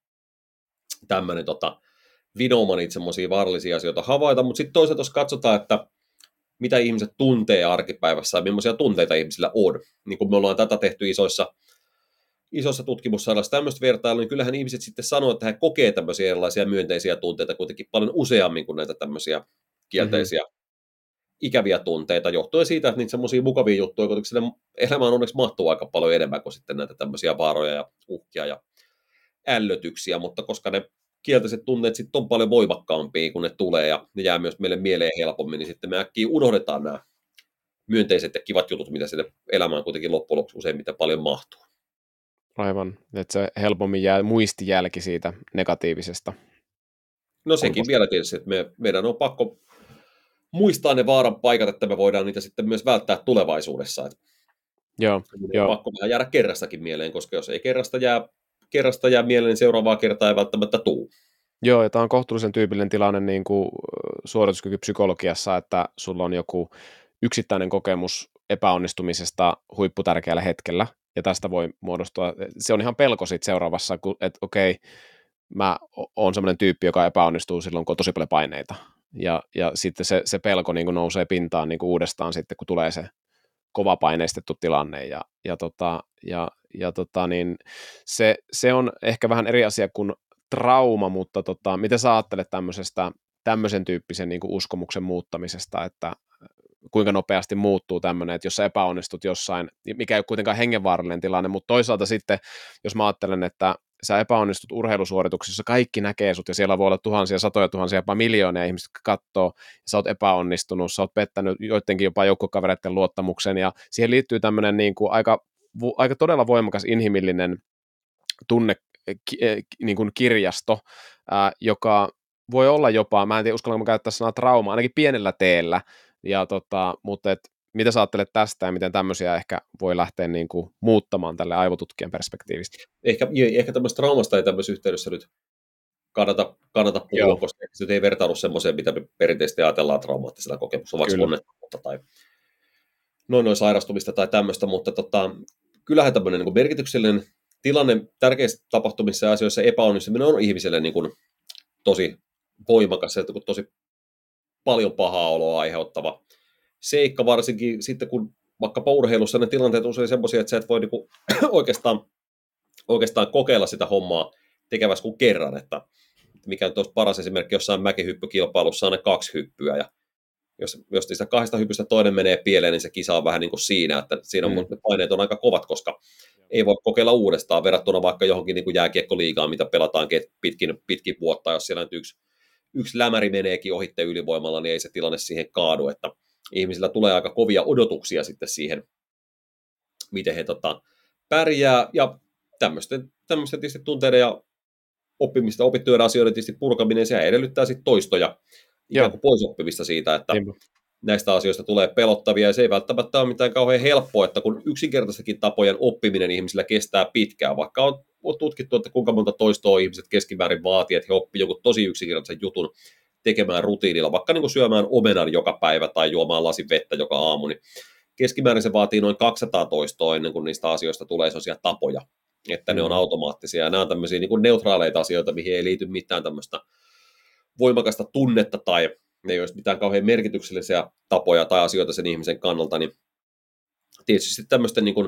tämmöinen tota, vinooma niitä semmoisia vaarallisia asioita havaita, mutta sitten toisaalta jos katsotaan, että mitä ihmiset tuntee arkipäivässä ja millaisia tunteita ihmisillä on, niin kun me ollaan tätä tehty isoissa, isoissa tutkimussairaissa tämmöistä vertailua, niin kyllähän ihmiset sitten sanoo, että he kokee tämmöisiä erilaisia myönteisiä tunteita kuitenkin paljon useammin kuin näitä tämmöisiä kielteisiä mm-hmm. ikäviä tunteita, johtuen siitä, että niitä semmoisia mukavia juttuja, koska sinne elämään onneksi mahtuu aika paljon enemmän kuin sitten näitä tämmöisiä vaaroja ja uhkia ja ällötyksiä, mutta koska ne kielteiset tunteet sitten on paljon voimakkaampia, kun ne tulee, ja ne jää myös meille mieleen helpommin, niin sitten me äkkiä unohdetaan nämä myönteiset ja kivat jutut, mitä sinne elämään kuitenkin loppujen lopuksi useimmiten paljon mahtuu. Aivan, että se helpommin jää muistijälki siitä negatiivisesta. No sekin kulmasta. Vielä tietysti, että me, meidän on pakko muistaa ne vaaran paikat, että me voidaan niitä sitten myös välttää tulevaisuudessa. Joo, On joo. pakko vähän jäädä kerrastakin mieleen, koska jos ei kerrasta jää, kerrasta jää mieleen, niin seuraavaa kertaa ei välttämättä tule. Joo, ja tämä on kohtuullisen tyypillinen tilanne niin kuin suorituskykypsykologiassa, että sulla on joku yksittäinen kokemus epäonnistumisesta huipputärkeällä hetkellä, ja tästä voi muodostua, se on ihan pelko siitä seuraavassa, että okei, mä oon semmoinen tyyppi, joka epäonnistuu silloin, kun on tosi paljon paineita, ja, ja sitten se, se pelko niin kuin nousee pintaan niin kuin uudestaan sitten, kun tulee se kova paineistettu tilanne, ja, ja, tota, ja, ja tota, niin se, se on ehkä vähän eri asia kuin trauma, mutta tota, mitä sä ajattelet tämmöisestä, tämmöisen tyyppisen niin kuin uskomuksen muuttamisesta, että kuinka nopeasti muuttuu tämmöinen, että jos sä epäonnistut jossain, mikä ei ole kuitenkaan hengenvaarallinen tilanne, mutta toisaalta sitten, jos mä ajattelen, että sä epäonnistut urheilusuorituksissa, kaikki näkee sut, ja siellä voi olla tuhansia, satoja tuhansia, jopa miljoonia ihmistä, jotka katsoo, ja sä oot epäonnistunut, sä oot pettänyt joidenkin jopa joukkokavereiden luottamuksen, ja siihen liittyy tämmöinen niin kuin aika, aika todella voimakas inhimillinen tunne, niin kuin kirjasto, ää, joka voi olla jopa, mä en tiedä uskallanko käyttää sanaa trauma, ainakin pienellä teellä, ja tota, mutta et, mitä sä ajattelet tästä ja miten tämmöisiä ehkä voi lähteä niin kuin muuttamaan tälle aivotutkijan perspektiivistä? Ehkä, ehkä tämmöistä traumasta ei tämmöisessä yhteydessä nyt kannata, kannata puhua, Joo. koska se ei vertaudu semmoiseen, mitä me perinteisesti ajatellaan traumaattisella kokemuksella, vaikka onnettomuutta tai noin noin sairastumista tai tämmöistä, mutta tota, kyllähän tämmöinen niin kuin merkityksellinen tilanne tärkeissä tapahtumissa ja asioissa epäonnistuminen on ihmiselle niin kuin tosi voimakas, että tosi paljon pahaa oloa aiheuttava seikka, varsinkin sitten kun vaikkapa urheilussa ne tilanteet on usein semmoisia, että sä et voi niin kuin oikeastaan, oikeastaan kokeilla sitä hommaa tekevässä kuin kerran, että mikä nyt olisi paras esimerkki jossain mäkihyppykilpailussa on ne kaksi hyppyä, ja jos, jos niistä kahdesta hypystä toinen menee pieleen, niin se kisa on vähän niin kuin siinä, että siinä on, mm. ne paineet on aika kovat, koska ei voi kokeilla uudestaan verrattuna vaikka johonkin niin kuin jääkiekkoliigaan, mitä pelataan pitkin, pitkin vuotta, jos siellä nyt yksi, yksi lämäri meneekin ohitte ylivoimalla, niin ei se tilanne siihen kaadu, että ihmisillä tulee aika kovia odotuksia sitten siihen, miten he tota, pärjää, ja tämmöisten, tämmöisten tietysti tunteiden ja oppimista, opittujen asioiden tietysti purkaminen, se edellyttää sitten toistoja, ikään kuin pois oppimista siitä, että Niinpä. näistä asioista tulee pelottavia, ja se ei välttämättä ole mitään kauhean helppoa, että kun yksinkertaisekin tapojen oppiminen ihmisillä kestää pitkään, vaikka on, on tutkittu, että kuinka monta toistoa ihmiset keskimäärin vaatii, että he oppii joku tosi yksinkertaisen jutun tekemään rutiinilla, vaikka niin kuin syömään omenan joka päivä tai juomaan lasin vettä joka aamu, niin keskimäärin se vaatii noin kaksisataa toistoa ennen kuin niistä asioista tulee sellaisia tapoja, että mm. ne on automaattisia, ja nämä on tämmöisiä niin kuin neutraaleita asioita, mihin ei liity mitään tämmöistä voimakasta tunnetta tai ne ei olisi mitään kauhean merkityksellisiä tapoja tai asioita sen ihmisen kannalta, niin tietysti tämmöisten niin kuin,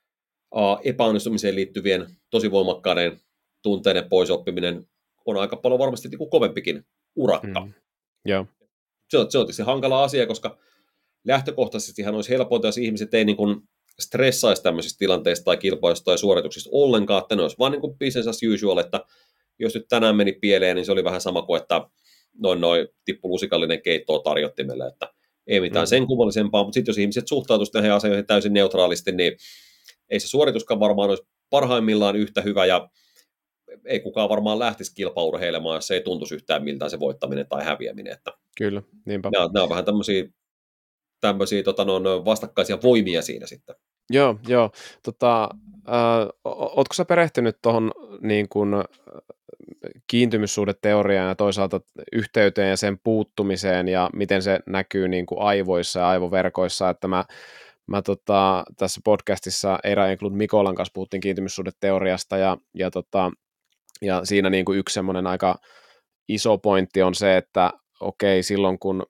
uh, epäonnistumiseen liittyvien tosi voimakkaiden tunteiden poisoppiminen on aika paljon varmasti niin kuin kovempikin urakka. Mm. Yeah. Se, on, se on tietysti hankala asia, koska lähtökohtaisestihan olisi helpointa, jos ihmiset ei niin kuin stressaisi tämmöisistä tilanteista tai kilpailuista tai suorituksista ollenkaan, että ne olisi vaan niin kuin business as usual, että jos nyt tänään meni pieleen, niin se oli vähän sama kuin, että noin noin tippu lusikallinen keittoa tarjottimelle, että ei mitään mm. sen kummallisempaa, mutta sitten jos ihmiset suhtautuisivat näihin asioihin täysin neutraalisti, niin ei se suorituskaan varmaan olisi parhaimmillaan yhtä hyvä, ja ei kukaan varmaan lähtisi kilpaurheilemaan, jos se ei tuntuisi yhtään miltään se voittaminen tai häviäminen. Että Kyllä, niinpä. Nämä, nämä on vähän tämmöisiä, tämmöisiä tota, no, vastakkaisia voimia siinä sitten. Joo, joo. Tota, äh, ootko sä perehtynyt tuohon niin kuin kiintymyssuhdeteoriaan ja toisaalta yhteyteen ja sen puuttumiseen ja miten se näkyy niin kuin aivoissa ja aivoverkoissa, että mä, mä tota, tässä podcastissa Eira Englund Mikolan kanssa puhuttiin kiintymyssuhdeteoriasta ja, ja, tota, ja siinä niin kuin yksi semmoinen aika iso pointti on se, että okei, silloin kun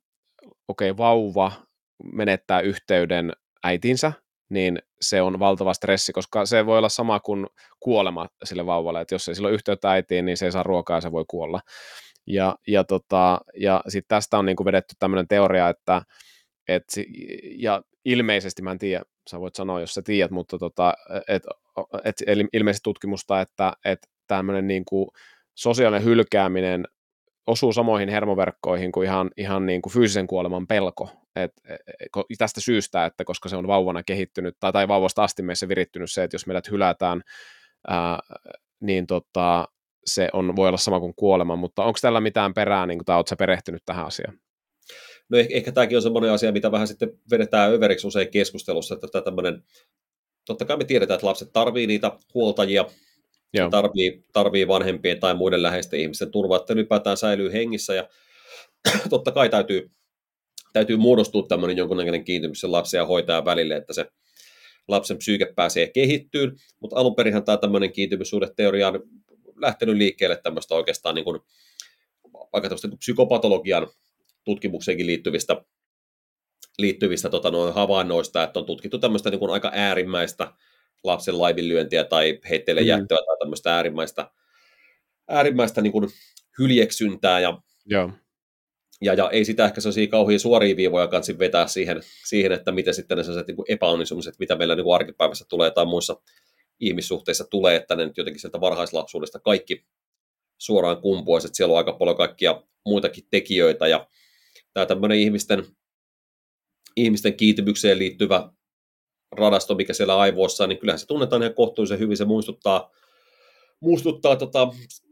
okei, vauva menettää yhteyden äitinsä, niin se on valtava stressi, koska se voi olla sama kuin kuolema sille vauvalle, että jos ei sillä ole yhteyttä äitiin, niin se ei saa ruokaa ja se voi kuolla. Ja, ja, tota, ja sitten tästä on niinku vedetty tämmöinen teoria, että et, ja ilmeisesti, mä en tiedä, sä voit sanoa, jos sä tiedät, mutta tota, et, et, ilmeisesti tutkimusta, että et tämmöinen niinku sosiaalinen hylkääminen osuu samoihin hermoverkkoihin kuin ihan, ihan niin kuin fyysisen kuoleman pelko. Et, et, tästä syystä, että koska se on vauvana kehittynyt, tai, tai vauvasta asti meissä virittynyt se, että jos meidät hylätään, ää, niin tota, se on, voi olla sama kuin kuolema, mutta onko tällä mitään perää, niin kuin, tai oletko sä perehtynyt tähän asiaan? No ehkä, ehkä tämäkin on semmoinen asia, mitä vähän sitten vedetään överiksi usein keskustelussa, että tämmöinen, totta kai me tiedetään, että lapset tarvii niitä huoltajia, Joo. tarvii, tarvii vanhempien tai muiden läheisten ihmisten turvaa, että ylipäätään säilyy hengissä, ja totta kai täytyy, täytyy muodostua tämmöinen jonkunnäköinen kiintymys sen lapsen ja hoitajan välille, että se lapsen psyyke pääsee kehittyyn, mutta alun perinhän tämä tämmöinen kiintymyssuhdeteoria on lähtenyt liikkeelle tämmöistä oikeastaan niin kuin, aika tämmöistä niin psykopatologian tutkimukseenkin liittyvistä, liittyvistä tota, noin havainnoista, että on tutkittu tämmöistä niin kuin aika äärimmäistä lapsen laiminlyöntiä tai heitteille jättöä mm. tai tämmöistä äärimmäistä, äärimmäistä niin kuin hyljeksyntää ja, Joo. ja, ja ei sitä ehkä sellaisia kauhean suoria viivoja kanssa vetää siihen, siihen, että miten sitten ne sellaiset niin kuin epäonnistumiset, mitä meillä niin kuin arkipäivässä tulee tai muissa ihmissuhteissa tulee, että ne nyt jotenkin sieltä varhaislapsuudesta kaikki suoraan kumpuaisi, että siellä on aika paljon kaikkia muitakin tekijöitä, ja tämä tämmöinen ihmisten, ihmisten kiintymykseen liittyvä radasto, mikä siellä aivoissa on, niin kyllähän se tunnetaan ihan kohtuullisen hyvin, se muistuttaa, muistuttaa tota,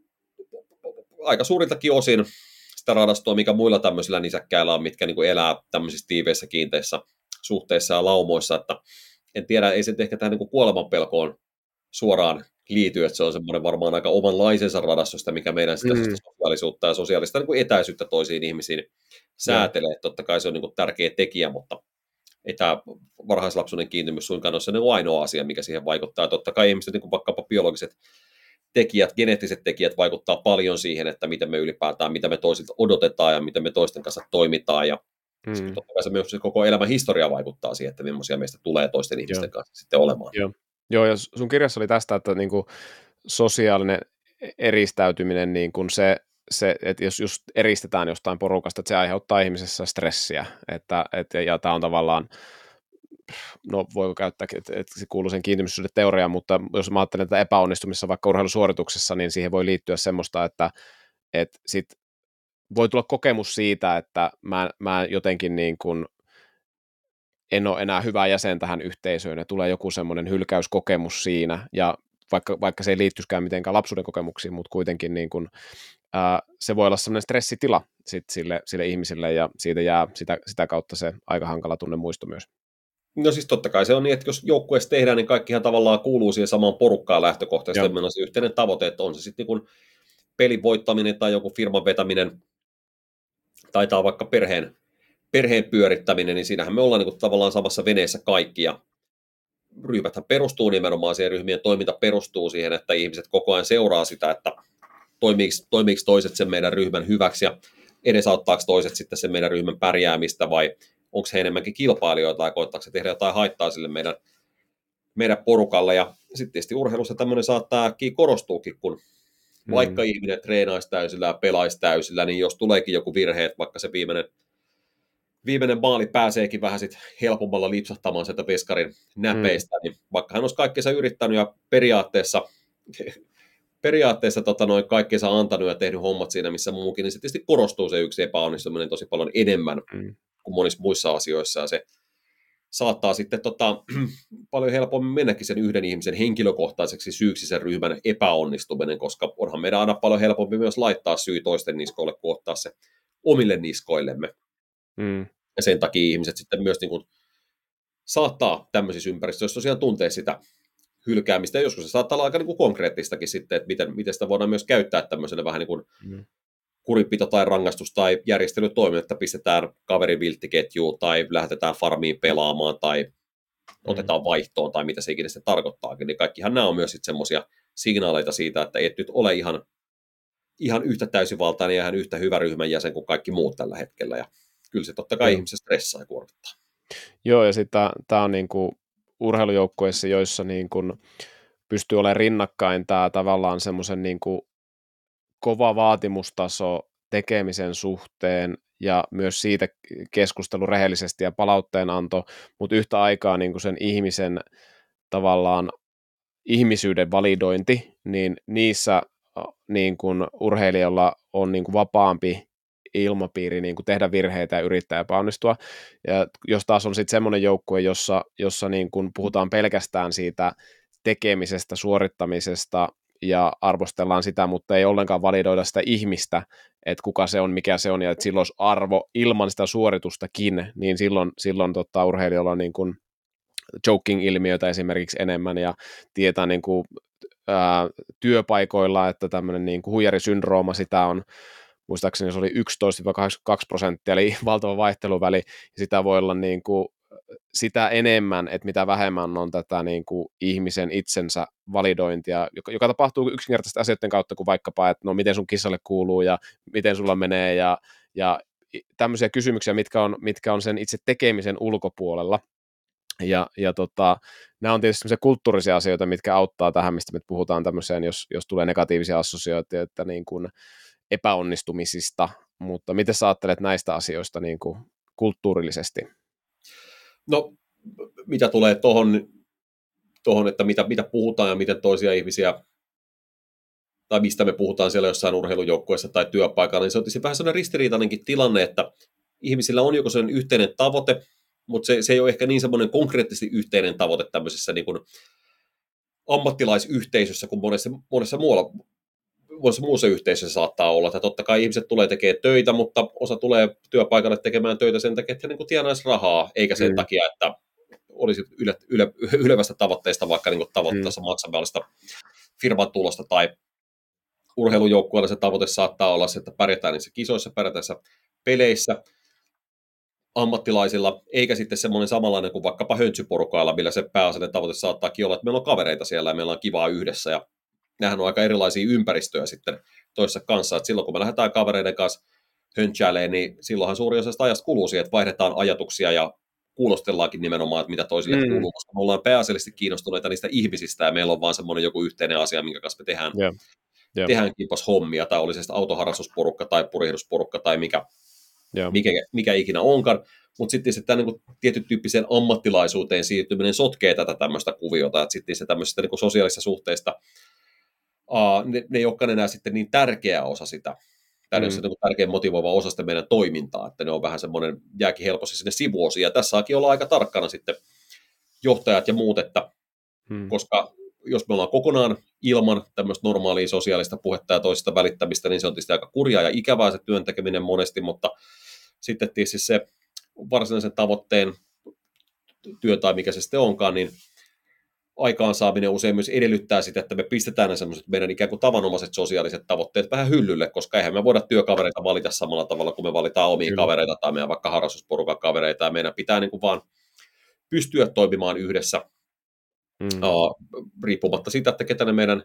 aika suuriltakin osin sitä radastoa, mikä muilla tämmöisillä nisäkkäillä on, mitkä niin kuin elää tämmöisissä tiiveissä kiinteissä suhteissa ja laumoissa, että en tiedä, ei se ehkä tähän niin kuin kuolemanpelkoon suoraan liity, että se on semmoinen varmaan aika omanlaisensa radastosta, mikä meidän sitä mm. sosiaalisuutta ja sosiaalista niin kuin etäisyyttä toisiin ihmisiin säätelee. Mm. Totta kai se on niin kuin tärkeä tekijä, mutta ei tämä varhaislapsuuden kiintymys suinkaan ole se niin ainoa asia, mikä siihen vaikuttaa. Totta kai ihmiset, niin kuin vaikkapa biologiset tekijät, geneettiset tekijät vaikuttaa paljon siihen, että miten me ylipäätään, mitä me toisilta odotetaan ja miten me toisten kanssa toimitaan. Ja mm. totta kai se myös se koko elämän historia vaikuttaa siihen, että millaisia meistä tulee toisten ihmisten Joo. kanssa sitten olemaan. Joo. Joo, ja sun kirjassa oli tästä, että niin kuin sosiaalinen eristäytyminen, niin kuin se, se, että jos just eristetään jostain porukasta, että se aiheuttaa ihmisessä stressiä, että, että, ja tämä on tavallaan, no voiko käyttää, että, että se kuuluu sen kiintymyssuhdeteoriaan, mutta jos mä ajattelen, että epäonnistumissa vaikka urheilusuorituksessa, niin siihen voi liittyä semmoista, että, että sit voi tulla kokemus siitä, että mä, mä jotenkin niin kuin en ole enää hyvä jäsen tähän yhteisöön, ja tulee joku semmoinen hylkäyskokemus siinä, ja vaikka, vaikka se ei liittyisikään mitenkään lapsuuden kokemuksiin, mutta kuitenkin niin kuin, ää, se voi olla semmoinen stressitila sit sille, sille ihmisille, ja siitä jää sitä, sitä kautta se aika hankala tunnemuisto myös. No siis totta kai se on niin, että jos joukkueessa tehdään, niin kaikkihan tavallaan kuuluu siihen samaan porukkaan lähtökohtaisesti, ja meillä on se yhteinen tavoite, että on se sitten niin pelin voittaminen tai joku firman vetäminen, taitaa vaikka perheen perheen pyörittäminen, niin siinähän me ollaan niin kuin tavallaan samassa veneessä kaikki, ja ryhmäthän perustuu nimenomaan siihen, ryhmien toiminta perustuu siihen, että ihmiset koko ajan seuraa sitä, että toimiiko, toimiiko toiset sen meidän ryhmän hyväksi, ja edesauttaako toiset sitten sen meidän ryhmän pärjäämistä, vai onko he enemmänkin kilpailijoita, ja koettaako se tehdä jotain haittaa sille meidän, meidän porukalle, ja sitten tietysti urheilussa tämmöinen saattaa äkkiä korostuukin, kun mm. vaikka ihminen treenaisi täysillä ja pelaisi täysillä, niin jos tuleekin joku virhe, että vaikka se viimeinen Viimeinen maali pääseekin vähän sit helpommalla lipsahtamaan sieltä veskarin näpeistä, mm. niin vaikka hän olisi kaikkensa yrittänyt ja periaatteessa, periaatteessa tota noin kaikkensa antanut ja tehnyt hommat siinä missä muukin, niin se tietysti korostuu se yksi epäonnistuminen tosi paljon enemmän mm. kuin monissa muissa asioissa, ja se saattaa sitten tota, paljon helpommin mennäkin sen yhden ihmisen henkilökohtaiseksi syyksi sen ryhmän epäonnistuminen, koska onhan meidän aina paljon helpompi myös laittaa syy toisten niskoille kuin ottaa se omille niskoillemme. Mm. Ja sen takia ihmiset sitten myös niin kuin saattaa tämmöisissä ympäristöissä tosiaan tuntea sitä hylkäämistä, ja joskus se saattaa olla aika niin kuin konkreettistakin sitten, että miten, miten sitä voidaan myös käyttää tämmöisenä vähän niin kuin mm. kurinpito tai rangaistus tai järjestelytoimi, että pistetään kaveri vilttiketjuun tai lähetetään farmiin pelaamaan tai mm. otetaan vaihtoon tai mitä se ikinä se tarkoittaakin, niin kaikkihan nämä on myös sitten semmoisia signaaleita siitä, että et nyt ole ihan, ihan yhtä täysivaltainen ja ihan yhtä hyvä ryhmän jäsen kuin kaikki muut tällä hetkellä, ja kyllä se totta kai ihmisen stressaa ja kuormittaa. Joo, ja sitten tämä on niinku urheilujoukkueissa, joissa niinku pystyy olemaan rinnakkain tämä tavallaan semmoisen niinku kova vaatimustaso tekemisen suhteen ja myös siitä keskustelu rehellisesti ja palautteenanto, mutta yhtä aikaa niinku sen ihmisen tavallaan ihmisyyden validointi, niin niissä niin kuin urheilijalla on niin kuin vapaampi ilmapiiri niin kuin tehdä virheitä ja yrittää epäonnistua. Ja jos taas on sitten semmoinen joukkue, jossa, jossa niin kuin puhutaan pelkästään siitä tekemisestä, suorittamisesta ja arvostellaan sitä, mutta ei ollenkaan validoida sitä ihmistä, että kuka se on, mikä se on, ja että silloin olisi arvo ilman sitä suoritustakin, niin silloin, silloin tota, urheilijalla on niin kuin joking-ilmiötä esimerkiksi enemmän, ja tietää niin kuin, ää, työpaikoilla, että tämmöinen niin kuin huijarisyndrooma, sitä on, muistaakseni se oli yksitoista kahdeksankymmentäkaksi prosenttia, eli valtava vaihteluväli, ja sitä voi olla niin kuin sitä enemmän, että mitä vähemmän on tätä niin kuin ihmisen itsensä validointia, joka, joka tapahtuu yksinkertaisesti asioiden kautta, kuin vaikkapa, että no miten sun kissalle kuuluu ja miten sulla menee ja, ja tämmöisiä kysymyksiä, mitkä on, mitkä on sen itse tekemisen ulkopuolella. Ja, ja tota, nämä on tietysti sellaisia kulttuurisia asioita, mitkä auttaa tähän, mistä me puhutaan tämmöiseen, jos, jos tulee negatiivisia assosiaatioita niin kuin epäonnistumisista, mutta miten sä ajattelet näistä asioista niin kuin kulttuurillisesti? No, mitä tulee tuohon, tohon, että mitä, mitä puhutaan ja miten toisia ihmisiä, tai mistä me puhutaan siellä jossain urheilujoukkueessa tai työpaikalla, niin se on vähän sellainen ristiriitainenkin tilanne, että ihmisillä on joku sellainen yhteinen tavoite, mutta se, se ei ole ehkä niin semmoinen konkreettisesti yhteinen tavoite tämmöisessä niin kuin ammattilaisyhteisössä kuin monessa, monessa, muualla, monessa muussa yhteisössä saattaa olla. Että totta kai ihmiset tulee tekemään töitä, mutta osa tulee työpaikalle tekemään töitä sen takia, että he niin tienaisi rahaa, eikä sen mm. takia, että olisi yle, yle, ylevästä tavoitteesta vaikka niin tavoitteessa mm. maksamallista firman tulosta tai urheilujoukkueella se tavoite saattaa olla se, että pärjätään niissä kisoissa, pärjätään peleissä ammattilaisilla, eikä sitten semmoinen samanlainen kuin vaikkapa höntsyporukalla, millä se pääasiallinen tavoite saattaakin olla, että meillä on kavereita siellä ja meillä on kivaa yhdessä, ja nämähän on aika erilaisia ympäristöjä sitten toisessa kanssa, että silloin kun me lähdetään kavereiden kanssa höntsäilemään, niin silloinhan suuri osa ajasta kuluu siihen, että vaihdetaan ajatuksia ja kuulostellaankin nimenomaan, että mitä toisille mm. kuuluu, koska me ollaan pääasiallisesti kiinnostuneita niistä ihmisistä, ja meillä on vaan semmoinen joku yhteinen asia, minkä kanssa me tehdään, yeah. Yeah. tehdään kipas hommia, tai oli se sitten autoharrastusporukka tai purihdusporukka tai mikä, yeah. mikä, mikä ikinä onkaan, mutta sitten se niin tietyn tyyppiseen ammattilaisuuteen siirtyminen sotkee tätä tämmöistä kuviota, että sitten se tämmöisistä niin sosiaalisista suhteista, uh, ne, ne ei olekaan enää sitten niin tärkeä osa sitä, tämä mm. on se niin tärkein motivoiva osa sitä meidän toimintaa, että ne on vähän semmoinen, jääkin helposti sinne sivuosiin, ja tässä saakin olla aika tarkkana sitten johtajat ja muut, että mm. koska jos me ollaan kokonaan ilman tämmöistä normaalia sosiaalista puhetta ja toisista välittämistä, niin se on tietysti aika kurjaa ja ikävää se työn tekeminen monesti, mutta sitten tietysti se varsinaisen tavoitteen työ tai mikä se sitten onkaan, niin aikaansaaminen usein myös edellyttää sitä, että me pistetään ne semmoiset meidän ikään kuin tavanomaiset sosiaaliset tavoitteet vähän hyllylle, koska eihän me voida työkavereita valita samalla tavalla, kuin me valitaan omia Kyllä. kavereita tai meidän vaikka harrastusporukan kavereita, ja meidän pitää niin kuin vaan pystyä toimimaan yhdessä, mm. uh, riippumatta siitä, että ketä ne meidän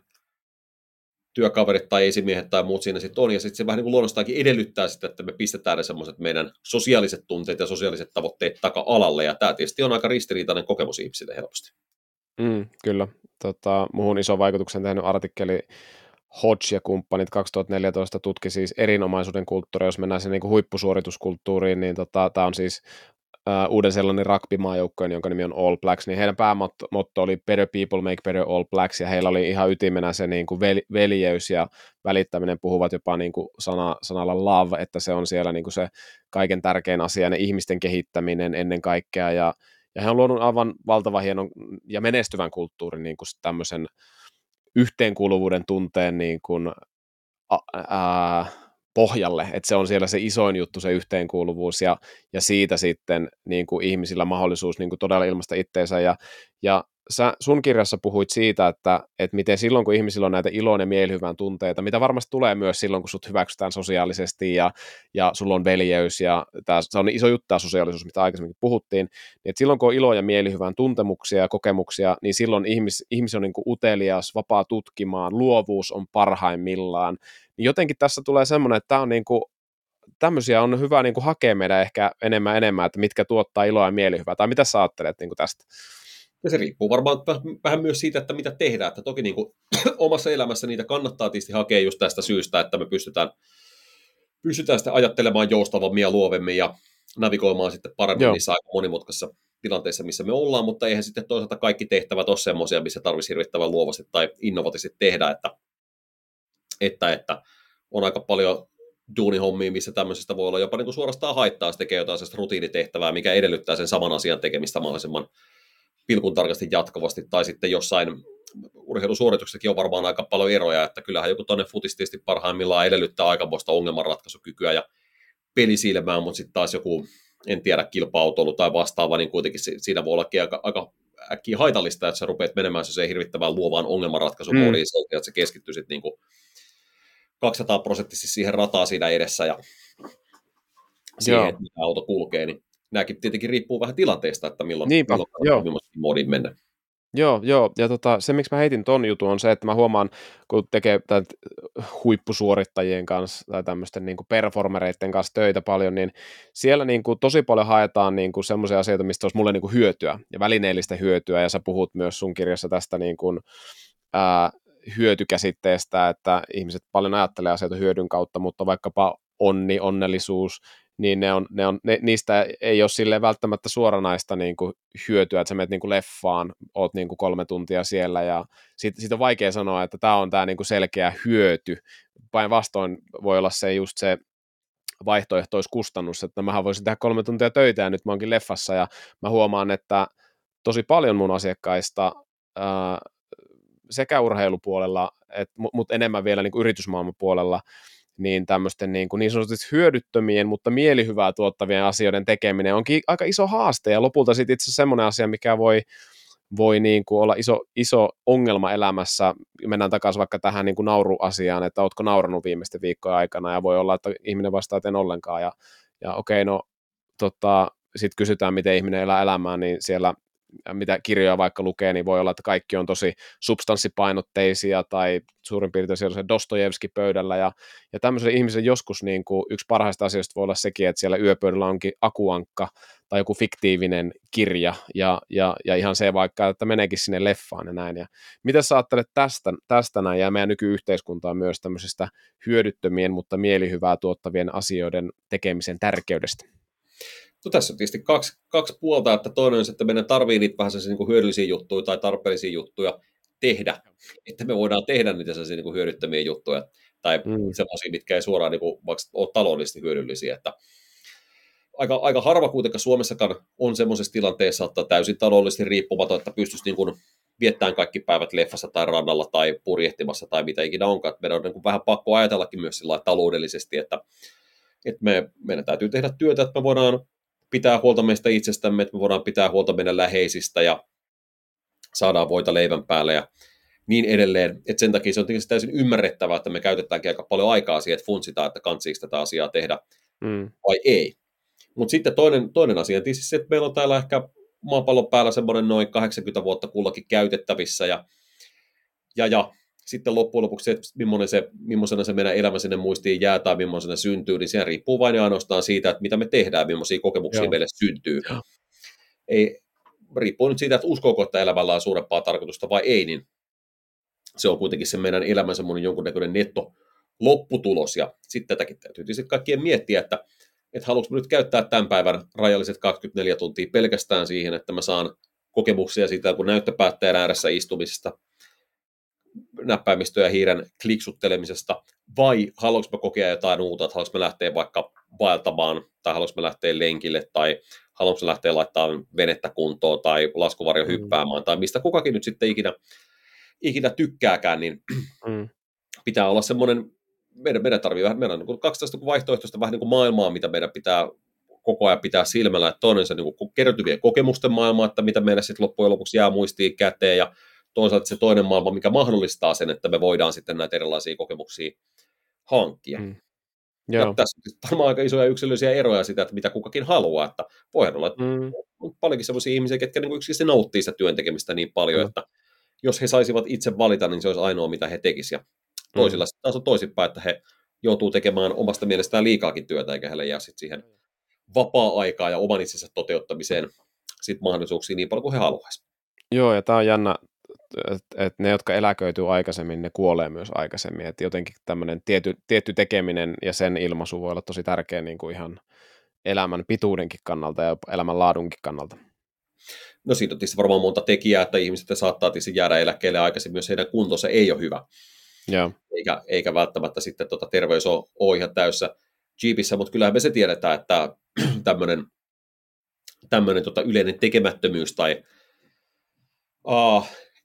työkaverit tai esimiehet tai muut siinä sitten on, ja sitten se vähän niin kuin luonnostaankin edellyttää sitä, että me pistetään ne semmoiset meidän sosiaaliset tunteet ja sosiaaliset tavoitteet taka-alalle, ja tämä tietysti on aika ristiriitainen kokemus ihmisille helposti. Mm, kyllä. Tota, muhun ison vaikutuksen tehnyt artikkeli Hodge ja kumppanit kaksituhattaneljätoista tutki siis erinomaisuuden kulttuuria, jos mennään sen niin kuin huippusuorituskulttuuriin, niin tota, tämä on siis uh, Uuden-Seelannin rugby-maajoukkojen, jonka nimi on All Blacks, niin heidän päämotto oli Better People Make Better All Blacks, ja heillä oli ihan ytimenä se niin kuin vel- veljeys ja välittäminen, puhuvat jopa niin kuin sana, sanalla love, että se on siellä niin kuin se kaiken tärkein asia, ne ihmisten kehittäminen ennen kaikkea, ja Ja he on luonut aivan valtavan hienon ja menestyvän kulttuurin niin kuin tämmöisen yhteenkuuluvuuden tunteen niin kuin, ä, ä, pohjalle, että se on siellä se isoin juttu, se yhteenkuuluvuus, ja, ja siitä sitten niin kuin ihmisillä mahdollisuus niin kuin todella ilmaista itteensä, ja, ja sä sun kirjassa puhuit siitä, että, että miten silloin, kun ihmisillä on näitä ilon ja mielihyvän tunteita, mitä varmasti tulee myös silloin, kun sut hyväksytään sosiaalisesti, ja, ja sulla on veljeys, ja tää, se on iso juttu tämä sosiaalisuus, mitä aikaisemminkin puhuttiin, niin että silloin, kun on ilo ja mielihyvän tuntemuksia ja kokemuksia, niin silloin ihmis, ihmis on niin kuin utelias, vapaa tutkimaan, luovuus on parhaimmillaan, niin jotenkin tässä tulee semmoinen, että tämä on niin kuin, tämmöisiä on hyvä niin kuin hakea meidän ehkä enemmän enemmän, että mitkä tuottaa iloa ja mielihyvää, tai mitä sä ajattelet niin kuin tästä? Ja se riippuu varmaan vähän myös siitä, että mitä tehdään, että toki niin kuin omassa elämässä niitä kannattaa tietysti hakea just tästä syystä, että me pystytään, pystytään sitten ajattelemaan joustavammin ja luovemmin ja navigoimaan sitten paremmin Joo. niissä aika monimutkaisissa tilanteissa, missä me ollaan, mutta eihän sitten toisaalta kaikki tehtävät ole semmoisia, missä tarvitsisi hirvittävän luovasti tai innovatiivisesti tehdä, että, että, että on aika paljon duunihommia, missä tämmöisestä voi olla jopa niin kuin suorastaan haittaa, jos tekee jotain sellaista rutiinitehtävää, mikä edellyttää sen saman asian tekemistä mahdollisimman pilkun tarkasti jatkuvasti, tai sitten jossain urheilusuorituksessakin on varmaan aika paljon eroja, että kyllähän joku tuonne futististi parhaimmillaan edellyttää aikamoista ongelmanratkaisukykyä ja pelisilmää, mutta sitten taas joku, en tiedä, kilpa-autoilu tai vastaava, niin kuitenkin siinä voi olla aika, aika äkkiä haitallista, että sä rupeat menemään se hirvittävään luovaan ongelmanratkaisumoodiin, mm. että sä keskittyisit niin kuin kaksisataa prosenttisesti siihen rataa siinä edessä ja siihen, Joo. että mitä auto kulkee, niin nämäkin tietenkin riippuu vähän tilanteesta, että milloin, Niinpä, milloin kannattaa moodiin mennä. Joo, joo, ja tota, se miksi mä heitin ton jutun on se, että mä huomaan, kun tekee huippusuorittajien kanssa tai tämmöisten niin kuin performereiden kanssa töitä paljon, niin siellä niin kuin tosi paljon haetaan niin kuin semmoisia asioita, mistä olisi mulle niin kuin hyötyä ja välineellistä hyötyä, ja sä puhut myös sun kirjassa tästä niin kuin, ää, hyötykäsitteestä, että ihmiset paljon ajattelee asioita hyödyn kautta, mutta vaikkapa onni, onnellisuus, niin ne on, ne on, ne, niistä ei ole silleen välttämättä suoranaista niin kuin hyötyä, että sä menet niin kuin leffaan, oot niin kuin kolme tuntia siellä, ja siitä, siitä on vaikea sanoa, että tämä on tämä niin kuin selkeä hyöty. Päinvastoin voi olla se just se vaihtoehtoiskustannus, että mähän voisin tehdä kolme tuntia töitä, ja nyt mä oonkin leffassa, ja mä huomaan, että tosi paljon mun asiakkaista ää, sekä urheilupuolella, mutta enemmän vielä niin kuin yritysmaailman puolella, niin tämmöisten niin, kuin niin sanotusti hyödyttömien, mutta mielihyvää tuottavien asioiden tekeminen onkin aika iso haaste, ja lopulta sitten itse asiassa semmoinen asia, mikä voi, voi niin kuin olla iso, iso ongelma elämässä. Mennään takaisin vaikka tähän niin kuin nauruasiaan, että ootko nauranut viimeisten viikkojen aikana, ja voi olla, että ihminen vastaa, että en ollenkaan, ja, ja okei, no tota, sitten kysytään, miten ihminen elää elämää, niin siellä mitä kirjoja vaikka lukee, niin voi olla, että kaikki on tosi substanssipainotteisia tai suurin piirtein siellä on se Dostojevski pöydällä, ja, ja tämmöisen ihmisen joskus niin kuin yksi parhaista asioista voi olla sekin, että siellä yöpöydällä onkin akuankka tai joku fiktiivinen kirja, ja, ja, ja ihan se vaikka, että meneekin sinne leffaan ja näin. Ja mitä sä ajattelet tästä, tästä näin, ja meidän nykyyhteiskuntaan myös tämmöisestä hyödyttömien, mutta mielihyvää tuottavien asioiden tekemisen tärkeydestä? No tässä on tietysti kaksi, kaksi puolta, että toinen on se, että meidän tarvii niitä vähän sellaisia niin hyödyllisiä juttuja tai tarpeellisia juttuja tehdä, että me voidaan tehdä niitä sellaisia niin hyödyttömiä juttuja tai mm. sellaisia, mitkä ei suoraan niin kuin, vaikka ole taloudellisesti hyödyllisiä. Että aika, aika harva kuitenkaan Suomessakaan on semmoisessa tilanteessa, että täysin taloudellisesti riippumaton, että pystyisi niin kuin viettämään kaikki päivät leffassa tai rannalla tai purjehtimassa tai mitä ikinä onkaan. Että meidän on niin kuin vähän pakko ajatellakin myös sillä taloudellisesti, että, että me, meidän täytyy tehdä työtä, että me voidaan pitää huolta meistä itsestämme, että me voidaan pitää huolta meidän läheisistä ja saadaan voita leivän päälle ja niin edelleen. Et sen takia se on tietysti täysin ymmärrettävää, että me käytetäänkin aika paljon aikaa siihen, että funtsitaan, että kansiiko tätä asiaa tehdä mm. vai ei. Mutta sitten toinen, toinen asia on tietysti se, että meillä on täällä ehkä maapallon päällä semmoinen noin kahdeksankymmentä vuotta kullakin käytettävissä ja, ja, ja sitten loppujen lopuksi se, että millainen se, millaisena se meidän elämä sinne muistiin jää tai millaisena syntyy, niin se riippuu vain ja ainoastaan siitä, että mitä me tehdään, millaisia kokemuksia Joo. meille syntyy. Joo. Ei, riippuu nyt siitä, että uskoako, että elämällä on suurempaa tarkoitusta vai ei, niin se on kuitenkin se meidän elämän semmoinen jonkunnäköinen netto lopputulos. Ja sitten tätäkin täytyy tietysti kaikkien miettiä, että, että haluanko nyt käyttää tämän päivän rajalliset kaksikymmentäneljä tuntia pelkästään siihen, että mä saan kokemuksia siitä, kun näyttöpäättäjän ääressä istumisesta, näppäimistöä ja hiiren kliksuttelemisesta, vai haluanko mä kokea jotain uutta, että haluanko mä lähteä vaikka vaeltamaan, tai haluanko mä lähteä lenkille, tai haluanko mä lähteä laittamaan venettä kuntoon, tai laskuvarjo mm. hyppäämään, tai mistä kukakin nyt sitten ikinä, ikinä tykkääkään, niin mm. pitää olla semmoinen, meidän, meidän tarvii vähän, meidän on kaksitoista vaihtoehtoista vähän niin kuin maailmaa, mitä meidän pitää koko ajan pitää silmällä, että toinen on se niin kuin kertyvien kokemusten maailma, että mitä meidän sitten loppujen lopuksi jää muistiin käteen, ja toisaalta se toinen maailma, mikä mahdollistaa sen, että me voidaan sitten näitä erilaisia kokemuksia hankkia. Mm. Ja tässä on varmaan aika isoja yksilöllisiä eroja sitä, että mitä kukakin haluaa, että voihan olla, että mm. on paljonkin sellaisia ihmisiä, ketkä niin yksinkertaisesti nauttii sitä työntekemistä niin paljon, mm. että jos he saisivat itse valita, niin se olisi ainoa, mitä he tekisivät. Ja toisilla mm. taas on toisinpäin, että he joutuu tekemään omasta mielestään liikaakin työtä, eikä heille jää sitten siihen vapaa-aikaa ja oman itsensä toteuttamiseen sit mahdollisuuksia niin paljon kuin he haluaisivat. Joo, ja tämä on jännä, että et ne, jotka eläköityy aikaisemmin, ne kuolee myös aikaisemmin, että jotenkin tämmöinen tietty, tietty tekeminen ja sen ilmaisu voi olla tosi tärkeä niin kuin ihan elämän pituudenkin kannalta ja elämän laadunkin kannalta. No siitä on tietysti varmaan monta tekijää, että ihmiset saattaa tietysti jäädä eläkkeelle aikaisemmin, jos heidän kuntonsa ei ole hyvä. Joo. Eikä, eikä välttämättä sitten tota terveys ole, ole ihan täyssä jeepissä, mutta kyllähän me se tiedetään, että tämmöinen, tämmöinen tota yleinen tekemättömyys tai uh,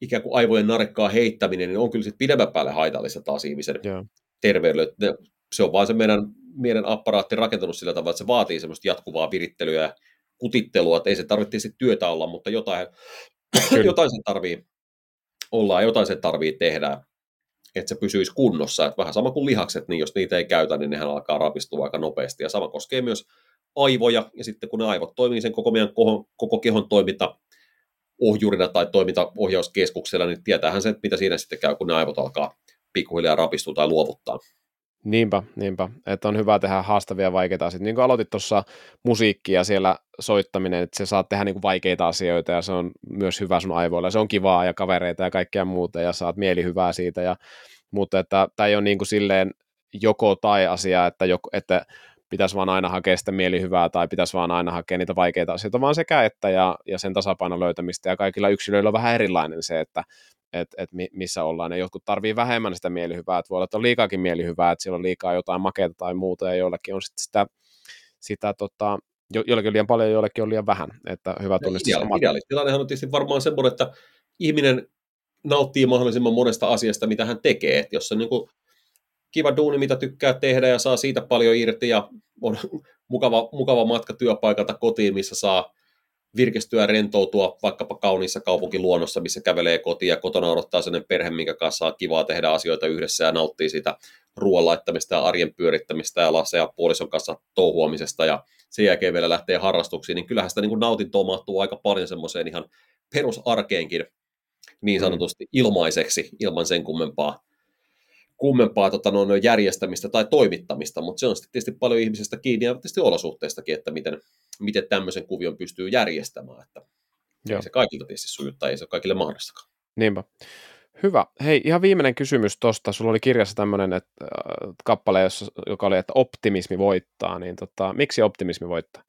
ikään kuin aivojen narikkaa heittäminen, niin on kyllä sitten pidemmän päälle haitallista taas ihmisen Joo. terveydelle. Se on vaan se meidän mielen apparaatti rakentunut sillä tavalla, että se vaatii semmoista jatkuvaa virittelyä ja kutittelua, että ei se tarvitse sitten työtä olla, mutta jotain, jotain se tarvii olla ja jotain se tarvii tehdä, että se pysyisi kunnossa. Että vähän sama kuin lihakset, niin jos niitä ei käytä, niin nehän alkaa rapistua aika nopeasti. Ja sama koskee myös aivoja, ja sitten kun ne aivot toimii sen koko meidän koko, koko kehon toiminta ohjurina tai toimintaohjauskeskuksella, niin tietäähän se, mitä siinä sitten käy, kun ne aivot alkaa pikkuhiljaa rapistua tai luovuttaa. Niinpä, niinpä. Että on hyvä tehdä haastavia ja vaikeita asioita. Niin kuin aloitit tuossa musiikkia siellä soittaminen, että sä saat tehdä niin kuin vaikeita asioita ja se on myös hyvä sun aivoilla. Se on kivaa ja kavereita ja kaikkea muuta ja saat mielihyvää siitä. Ja, mutta että tämä ei ole niin kuin silleen joko tai asia, että, joko, että pitäisi vaan aina hakea sitä mielihyvää tai pitäisi vaan aina hakea niitä vaikeita asioita, vaan sekä että ja, ja sen tasapainon löytämistä. Ja kaikilla yksilöillä on vähän erilainen se, että että et missä ollaan, ja jotkut tarvii vähemmän sitä mielihyvää, että voi olla, että on liikaakin mielihyvää, että siellä on liikaa jotain makeata tai muuta, ja joillakin on sitten sitä, sitä tota, jo, joillakin on liian paljon, joillakin on liian vähän, että hyvä tunnistaa Ideaali, omat. Ideaalistilannehan on tietysti varmaan semmoinen, että ihminen nauttii mahdollisimman monesta asiasta, mitä hän tekee, että jos on niin kuin kiva duuni, mitä tykkää tehdä, ja saa siitä paljon irti, ja on mukava, mukava matka työpaikalta kotiin, missä saa virkistyä ja rentoutua vaikkapa kauniissa kaupunkiluonnossa, missä kävelee kotiin ja kotona odottaa sellainen perhe, minkä kanssa on kivaa tehdä asioita yhdessä ja nauttii siitä ruoan laittamista ja arjen pyörittämistä ja lasten ja puolison kanssa touhuamisesta ja sen jälkeen vielä lähtee harrastuksiin, niin kyllähän sitä niin kuin nautintoa mahtuu aika paljon semmoiseen ihan perusarkeenkin niin sanotusti ilmaiseksi ilman sen kummempaa kummempaa tota, no, järjestämistä tai toimittamista, mutta se on sitten tietysti paljon ihmisestä kiinni ja tietysti olosuhteistakin, että miten, miten tämmöisen kuvion pystyy järjestämään, että Joo. ei se kaikilta tietysti sujuttaa, ei se ole kaikille mahdollistakaan. Niinpä. Hyvä. Hei, ihan viimeinen kysymys tuosta. Sulla oli kirjassa tämmöinen että, äh, kappale, jossa, joka oli, että optimismi voittaa, niin tota, miksi optimismi voittaa?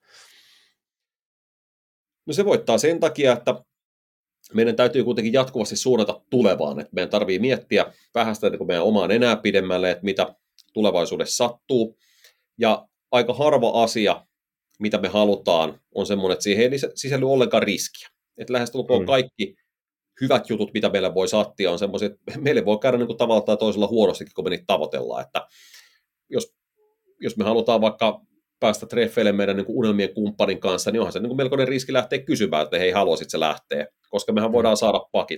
No se voittaa sen takia, että meidän täytyy kuitenkin jatkuvasti suunnata tulevaan, että meidän tarvii miettiä vähän sitä niin meidän omaa enää pidemmälle, että mitä tulevaisuudessa sattuu, ja aika harva asia, mitä me halutaan, on semmoinen, että siihen ei sisälly ollenkaan riskiä. Että lähestulkoon mm. kaikki hyvät jutut, mitä meillä voi sattia, on semmoisia, että meille voi käydä niin kuin tavalla tai toisella huonostikin, kun me niitä tavoitellaan. Että jos, jos me halutaan vaikka päästä treffeille meidän niin kuin unelmien kumppanin kanssa, niin onhan se niin kuin melkoinen riski lähteä kysymään, että hei, haluaisit se lähteä, koska mehän voidaan saada pakit.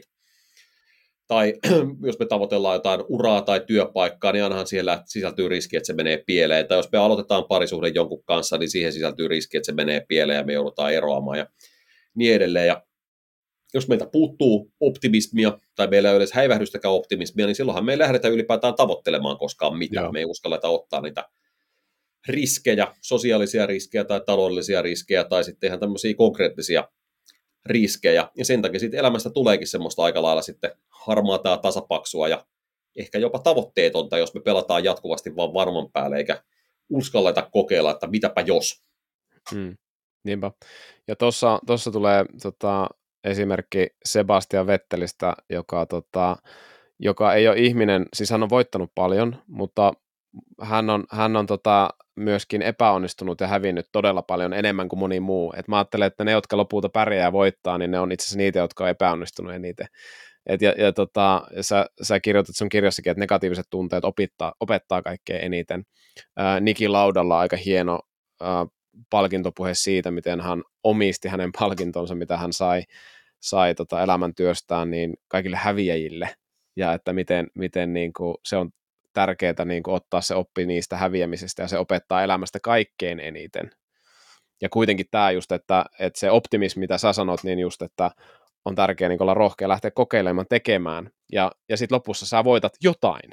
Tai jos me tavoitellaan jotain uraa tai työpaikkaa, niin ainahan siellä sisältyy riski, että se menee pieleen. Tai jos me aloitetaan parisuhde jonkun kanssa, niin siihen sisältyy riski, että se menee pieleen ja me joudutaan eroamaan ja niin edelleen. Ja jos meiltä puuttuu optimismia tai meillä ei ole edes häivähdystäkään optimismia, niin silloinhan me ei lähdetä ylipäätään tavoittelemaan koskaan mitään. Joo. Me ei uskalleta ottaa niitä riskejä, sosiaalisia riskejä tai taloudellisia riskejä tai sitten ihan tämmöisiä konkreettisia riskejä. Ja sen takia siitä elämästä tuleekin semmoista aika lailla sitten harmaata ja tasapaksua ja ehkä jopa tavoitteetonta, jos me pelataan jatkuvasti vaan varman päälle eikä uskalleta kokeilla, että mitäpä jos. Hmm. Niinpä. Ja tuossa tulee tota, esimerkki Sebastian Vettelistä, joka, tota, joka ei ole ihminen, siis hän on voittanut paljon, mutta hän on, hän on tota, myöskin epäonnistunut ja hävinnyt todella paljon enemmän kuin moni muu. Et mä ajattelen, että ne, jotka lopulta pärjää ja voittaa, niin ne on itse asiassa niitä, jotka on epäonnistunut eniten. Et ja, ja tota, sä, sä kirjoitat sun kirjassakin, että negatiiviset tunteet opettaa, opettaa kaikkein eniten. Ää, Niki Laudalla aika hieno ää, palkintopuhe siitä, miten hän omisti hänen palkintonsa, mitä hän sai, sai tota elämäntyöstään niin kaikille häviäjille, ja että miten, miten niin kuin se on tärkeää niin kuin ottaa se oppi niistä häviämisestä, ja se opettaa elämästä kaikkein eniten. Ja kuitenkin tämä just, että, että se optimismi, mitä sä sanot, niin just, että on tärkeää niin olla rohkea lähteä kokeilemaan, tekemään, ja, ja sitten lopussa sä voitat jotain.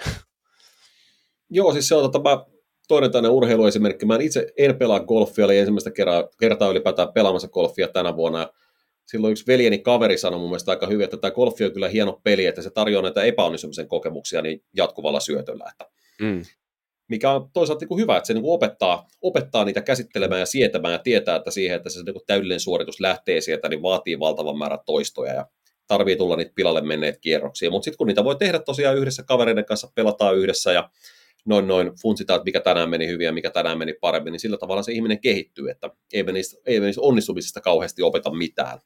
Joo, siis se on tota, mä, toinen tämmöinen urheiluesimerkki. Mä itse en pelaa golfia, oli ensimmäistä kertaa, kertaa ylipäätään pelaamassa golfia tänä vuonna, ja silloin yksi veljeni kaveri sanoi mun mielestä aika hyvin, että tämä golfi on kyllä hieno peli, että se tarjoaa näitä epäonnistumisen kokemuksia niin jatkuvalla syötöllä. Että mm. Mikä on toisaalta niin kuin hyvä, että se niin kuin opettaa, opettaa niitä käsittelemään ja sietämään ja tietää, että siihen, että se niin kuin täydellinen suoritus lähtee sieltä, niin vaatii valtavan määrän toistoja ja tarvii tulla niitä pilalle menneet kierroksia. Mutta sitten kun niitä voi tehdä tosiaan yhdessä kavereiden kanssa, pelataan yhdessä ja noin noin funtsitaan, että mikä tänään meni hyvin ja mikä tänään meni paremmin, niin sillä tavalla se ihminen kehittyy, että ei me niistä, ei me niistä onnistumisista kauheasti opeta mitään.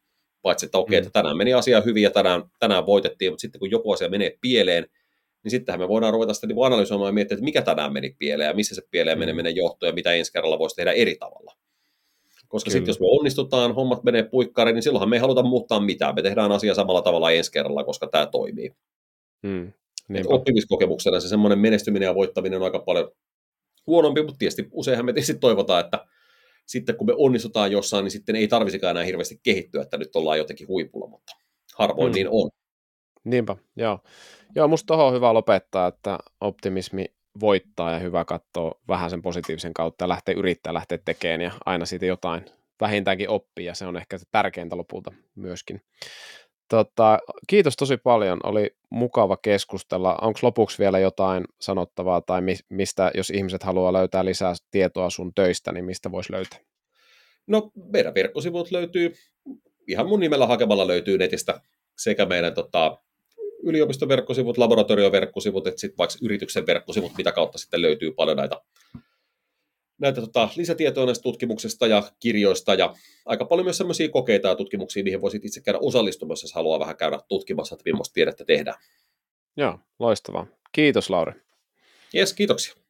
paitsi että okei, Mm. että tänään meni asia hyvin ja tänään, tänään voitettiin, mutta sitten kun joku asia menee pieleen, niin sittenhän me voidaan ruveta sitä niin analysoimaan ja miettiä, että mikä tänään meni pieleen ja missä se pieleen Mm. meneminen johtuu ja mitä ensi kerralla voisi tehdä eri tavalla. Koska sitten Kyllä. jos me onnistutaan, hommat menee puikkariin, niin silloinhan me ei haluta muuttaa mitään. Me tehdään asia samalla tavalla ensi kerralla, koska tämä toimii. Mm. Et oppimiskokemuksena se semmoinen menestyminen ja voittaminen on aika paljon huonompi, mutta tietysti useinhan me tietysti toivotaan, että sitten kun me onnistutaan jossain, niin sitten ei tarvisikaan enää hirveästi kehittyä, että nyt ollaan jotenkin huipulla, mutta harvoin Mm. niin on. Niinpä, joo. Joo, musta tohon on hyvä lopettaa, että optimismi voittaa ja hyvä katsoa vähän sen positiivisen kautta ja lähteä yrittää lähteä tekemään ja aina siitä jotain vähintäänkin oppia ja se on ehkä se tärkeintä lopulta myöskin. Tota, kiitos tosi paljon, oli mukava keskustella. Onko lopuksi vielä jotain sanottavaa tai mi- mistä, jos ihmiset haluaa löytää lisää tietoa sun töistä, niin mistä voisi löytää? No meidän verkkosivut löytyy, ihan mun nimellä hakemalla löytyy netistä sekä meidän tota, yliopiston verkkosivut, laboratorioverkkosivut, että sitten vaikka yrityksen verkkosivut, mitä kautta sitten löytyy paljon näitä, näitä tota, lisätietoja näistä tutkimuksista ja kirjoista ja aika paljon myös sellaisia kokeita ja tutkimuksia, mihin voisit itse käydä osallistumassa, jos haluaa vähän käydä tutkimassa, että millaista tiedettä tehdään. Joo, loistavaa. Kiitos Lauri. Jes, kiitoksia.